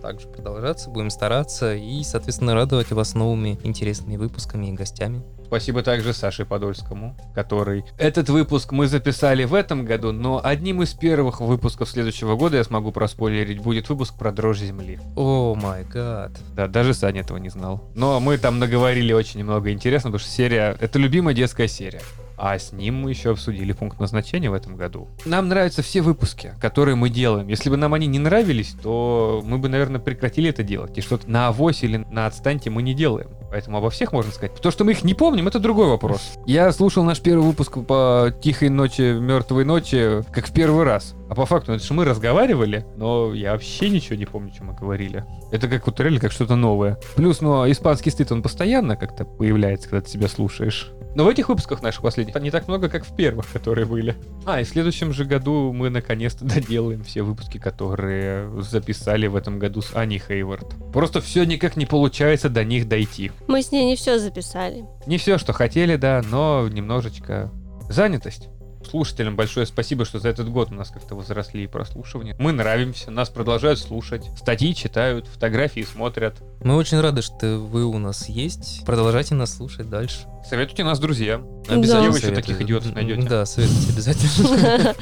также продолжаться, будем стараться и, соответственно, радовать вас новыми интересными выпусками и гостями. Спасибо также Саше Подольскому, который... Этот выпуск мы записали в этом году, но одним из первых выпусков следующего года, я смогу проспойлерить, будет выпуск про дрожь земли. О май гад. Да, даже Саня этого не знал. Но мы там наговорили очень много интересного, потому что серия... Это любимая детская серия. А с ним мы еще обсудили пункт назначения в этом году. Нам нравятся все выпуски, которые мы делаем. Если бы нам они не нравились, то мы бы, наверное, прекратили это делать. И что-то на авось или на отстаньте мы не делаем. Поэтому обо всех можно сказать. То, что мы их не помним, это другой вопрос. Я слушал наш первый выпуск по «Тихой ночи, мертвой ночи» как в первый раз. А по факту, это же мы разговаривали, но я вообще ничего не помню, что мы говорили. Это как вот реально как что-то новое. Плюс, ну, испанский стыд, он постоянно как-то появляется, когда ты себя слушаешь. Но в этих выпусках наших последних не так много, как в первых, которые были. А, и в следующем же году мы наконец-то доделаем все выпуски, которые записали в этом году с Аней Хейвард. Просто все никак не получается до них дойти. Мы с ней не все записали. Не все, что хотели, да, но немножечко занятость. Слушателям большое спасибо, что за этот год у нас как-то возросли прослушивания. Мы нравимся, нас продолжают слушать, статьи читают, фотографии смотрят. Мы очень рады, что вы у нас есть. Продолжайте нас слушать дальше. Советуйте нас друзьям. Обязательно. Где вы еще таких идиотов найдете? Да, советуйте обязательно.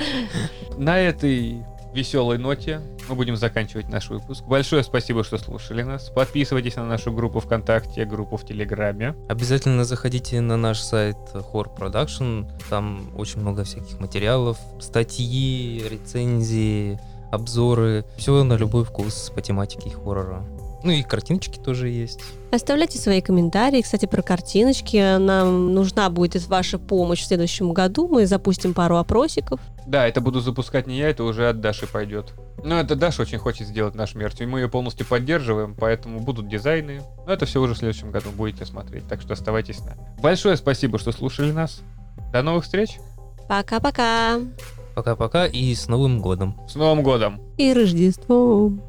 На этой веселой ноте мы будем заканчивать наш выпуск. Большое спасибо, что слушали нас. Подписывайтесь на нашу группу ВКонтакте, группу в Телеграме. Обязательно заходите на наш сайт Horror Production. Там очень много всяких материалов, статьи, рецензии, обзоры. Все на любой вкус по тематике хоррора. Ну и картиночки тоже есть. Оставляйте свои комментарии. Кстати, про картиночки. Нам нужна будет ваша помощь в следующем году. Мы запустим пару опросиков. Да, это буду запускать не я, это уже от Даши пойдет. Но это Даша очень хочет сделать наш мерч, и мы ее полностью поддерживаем, поэтому будут дизайны. Но это все уже в следующем году будете смотреть, так что оставайтесь с нами. Большое спасибо, что слушали нас. До новых встреч. Пока-пока. Пока-пока и с Новым годом. С Новым годом. И Рождеством.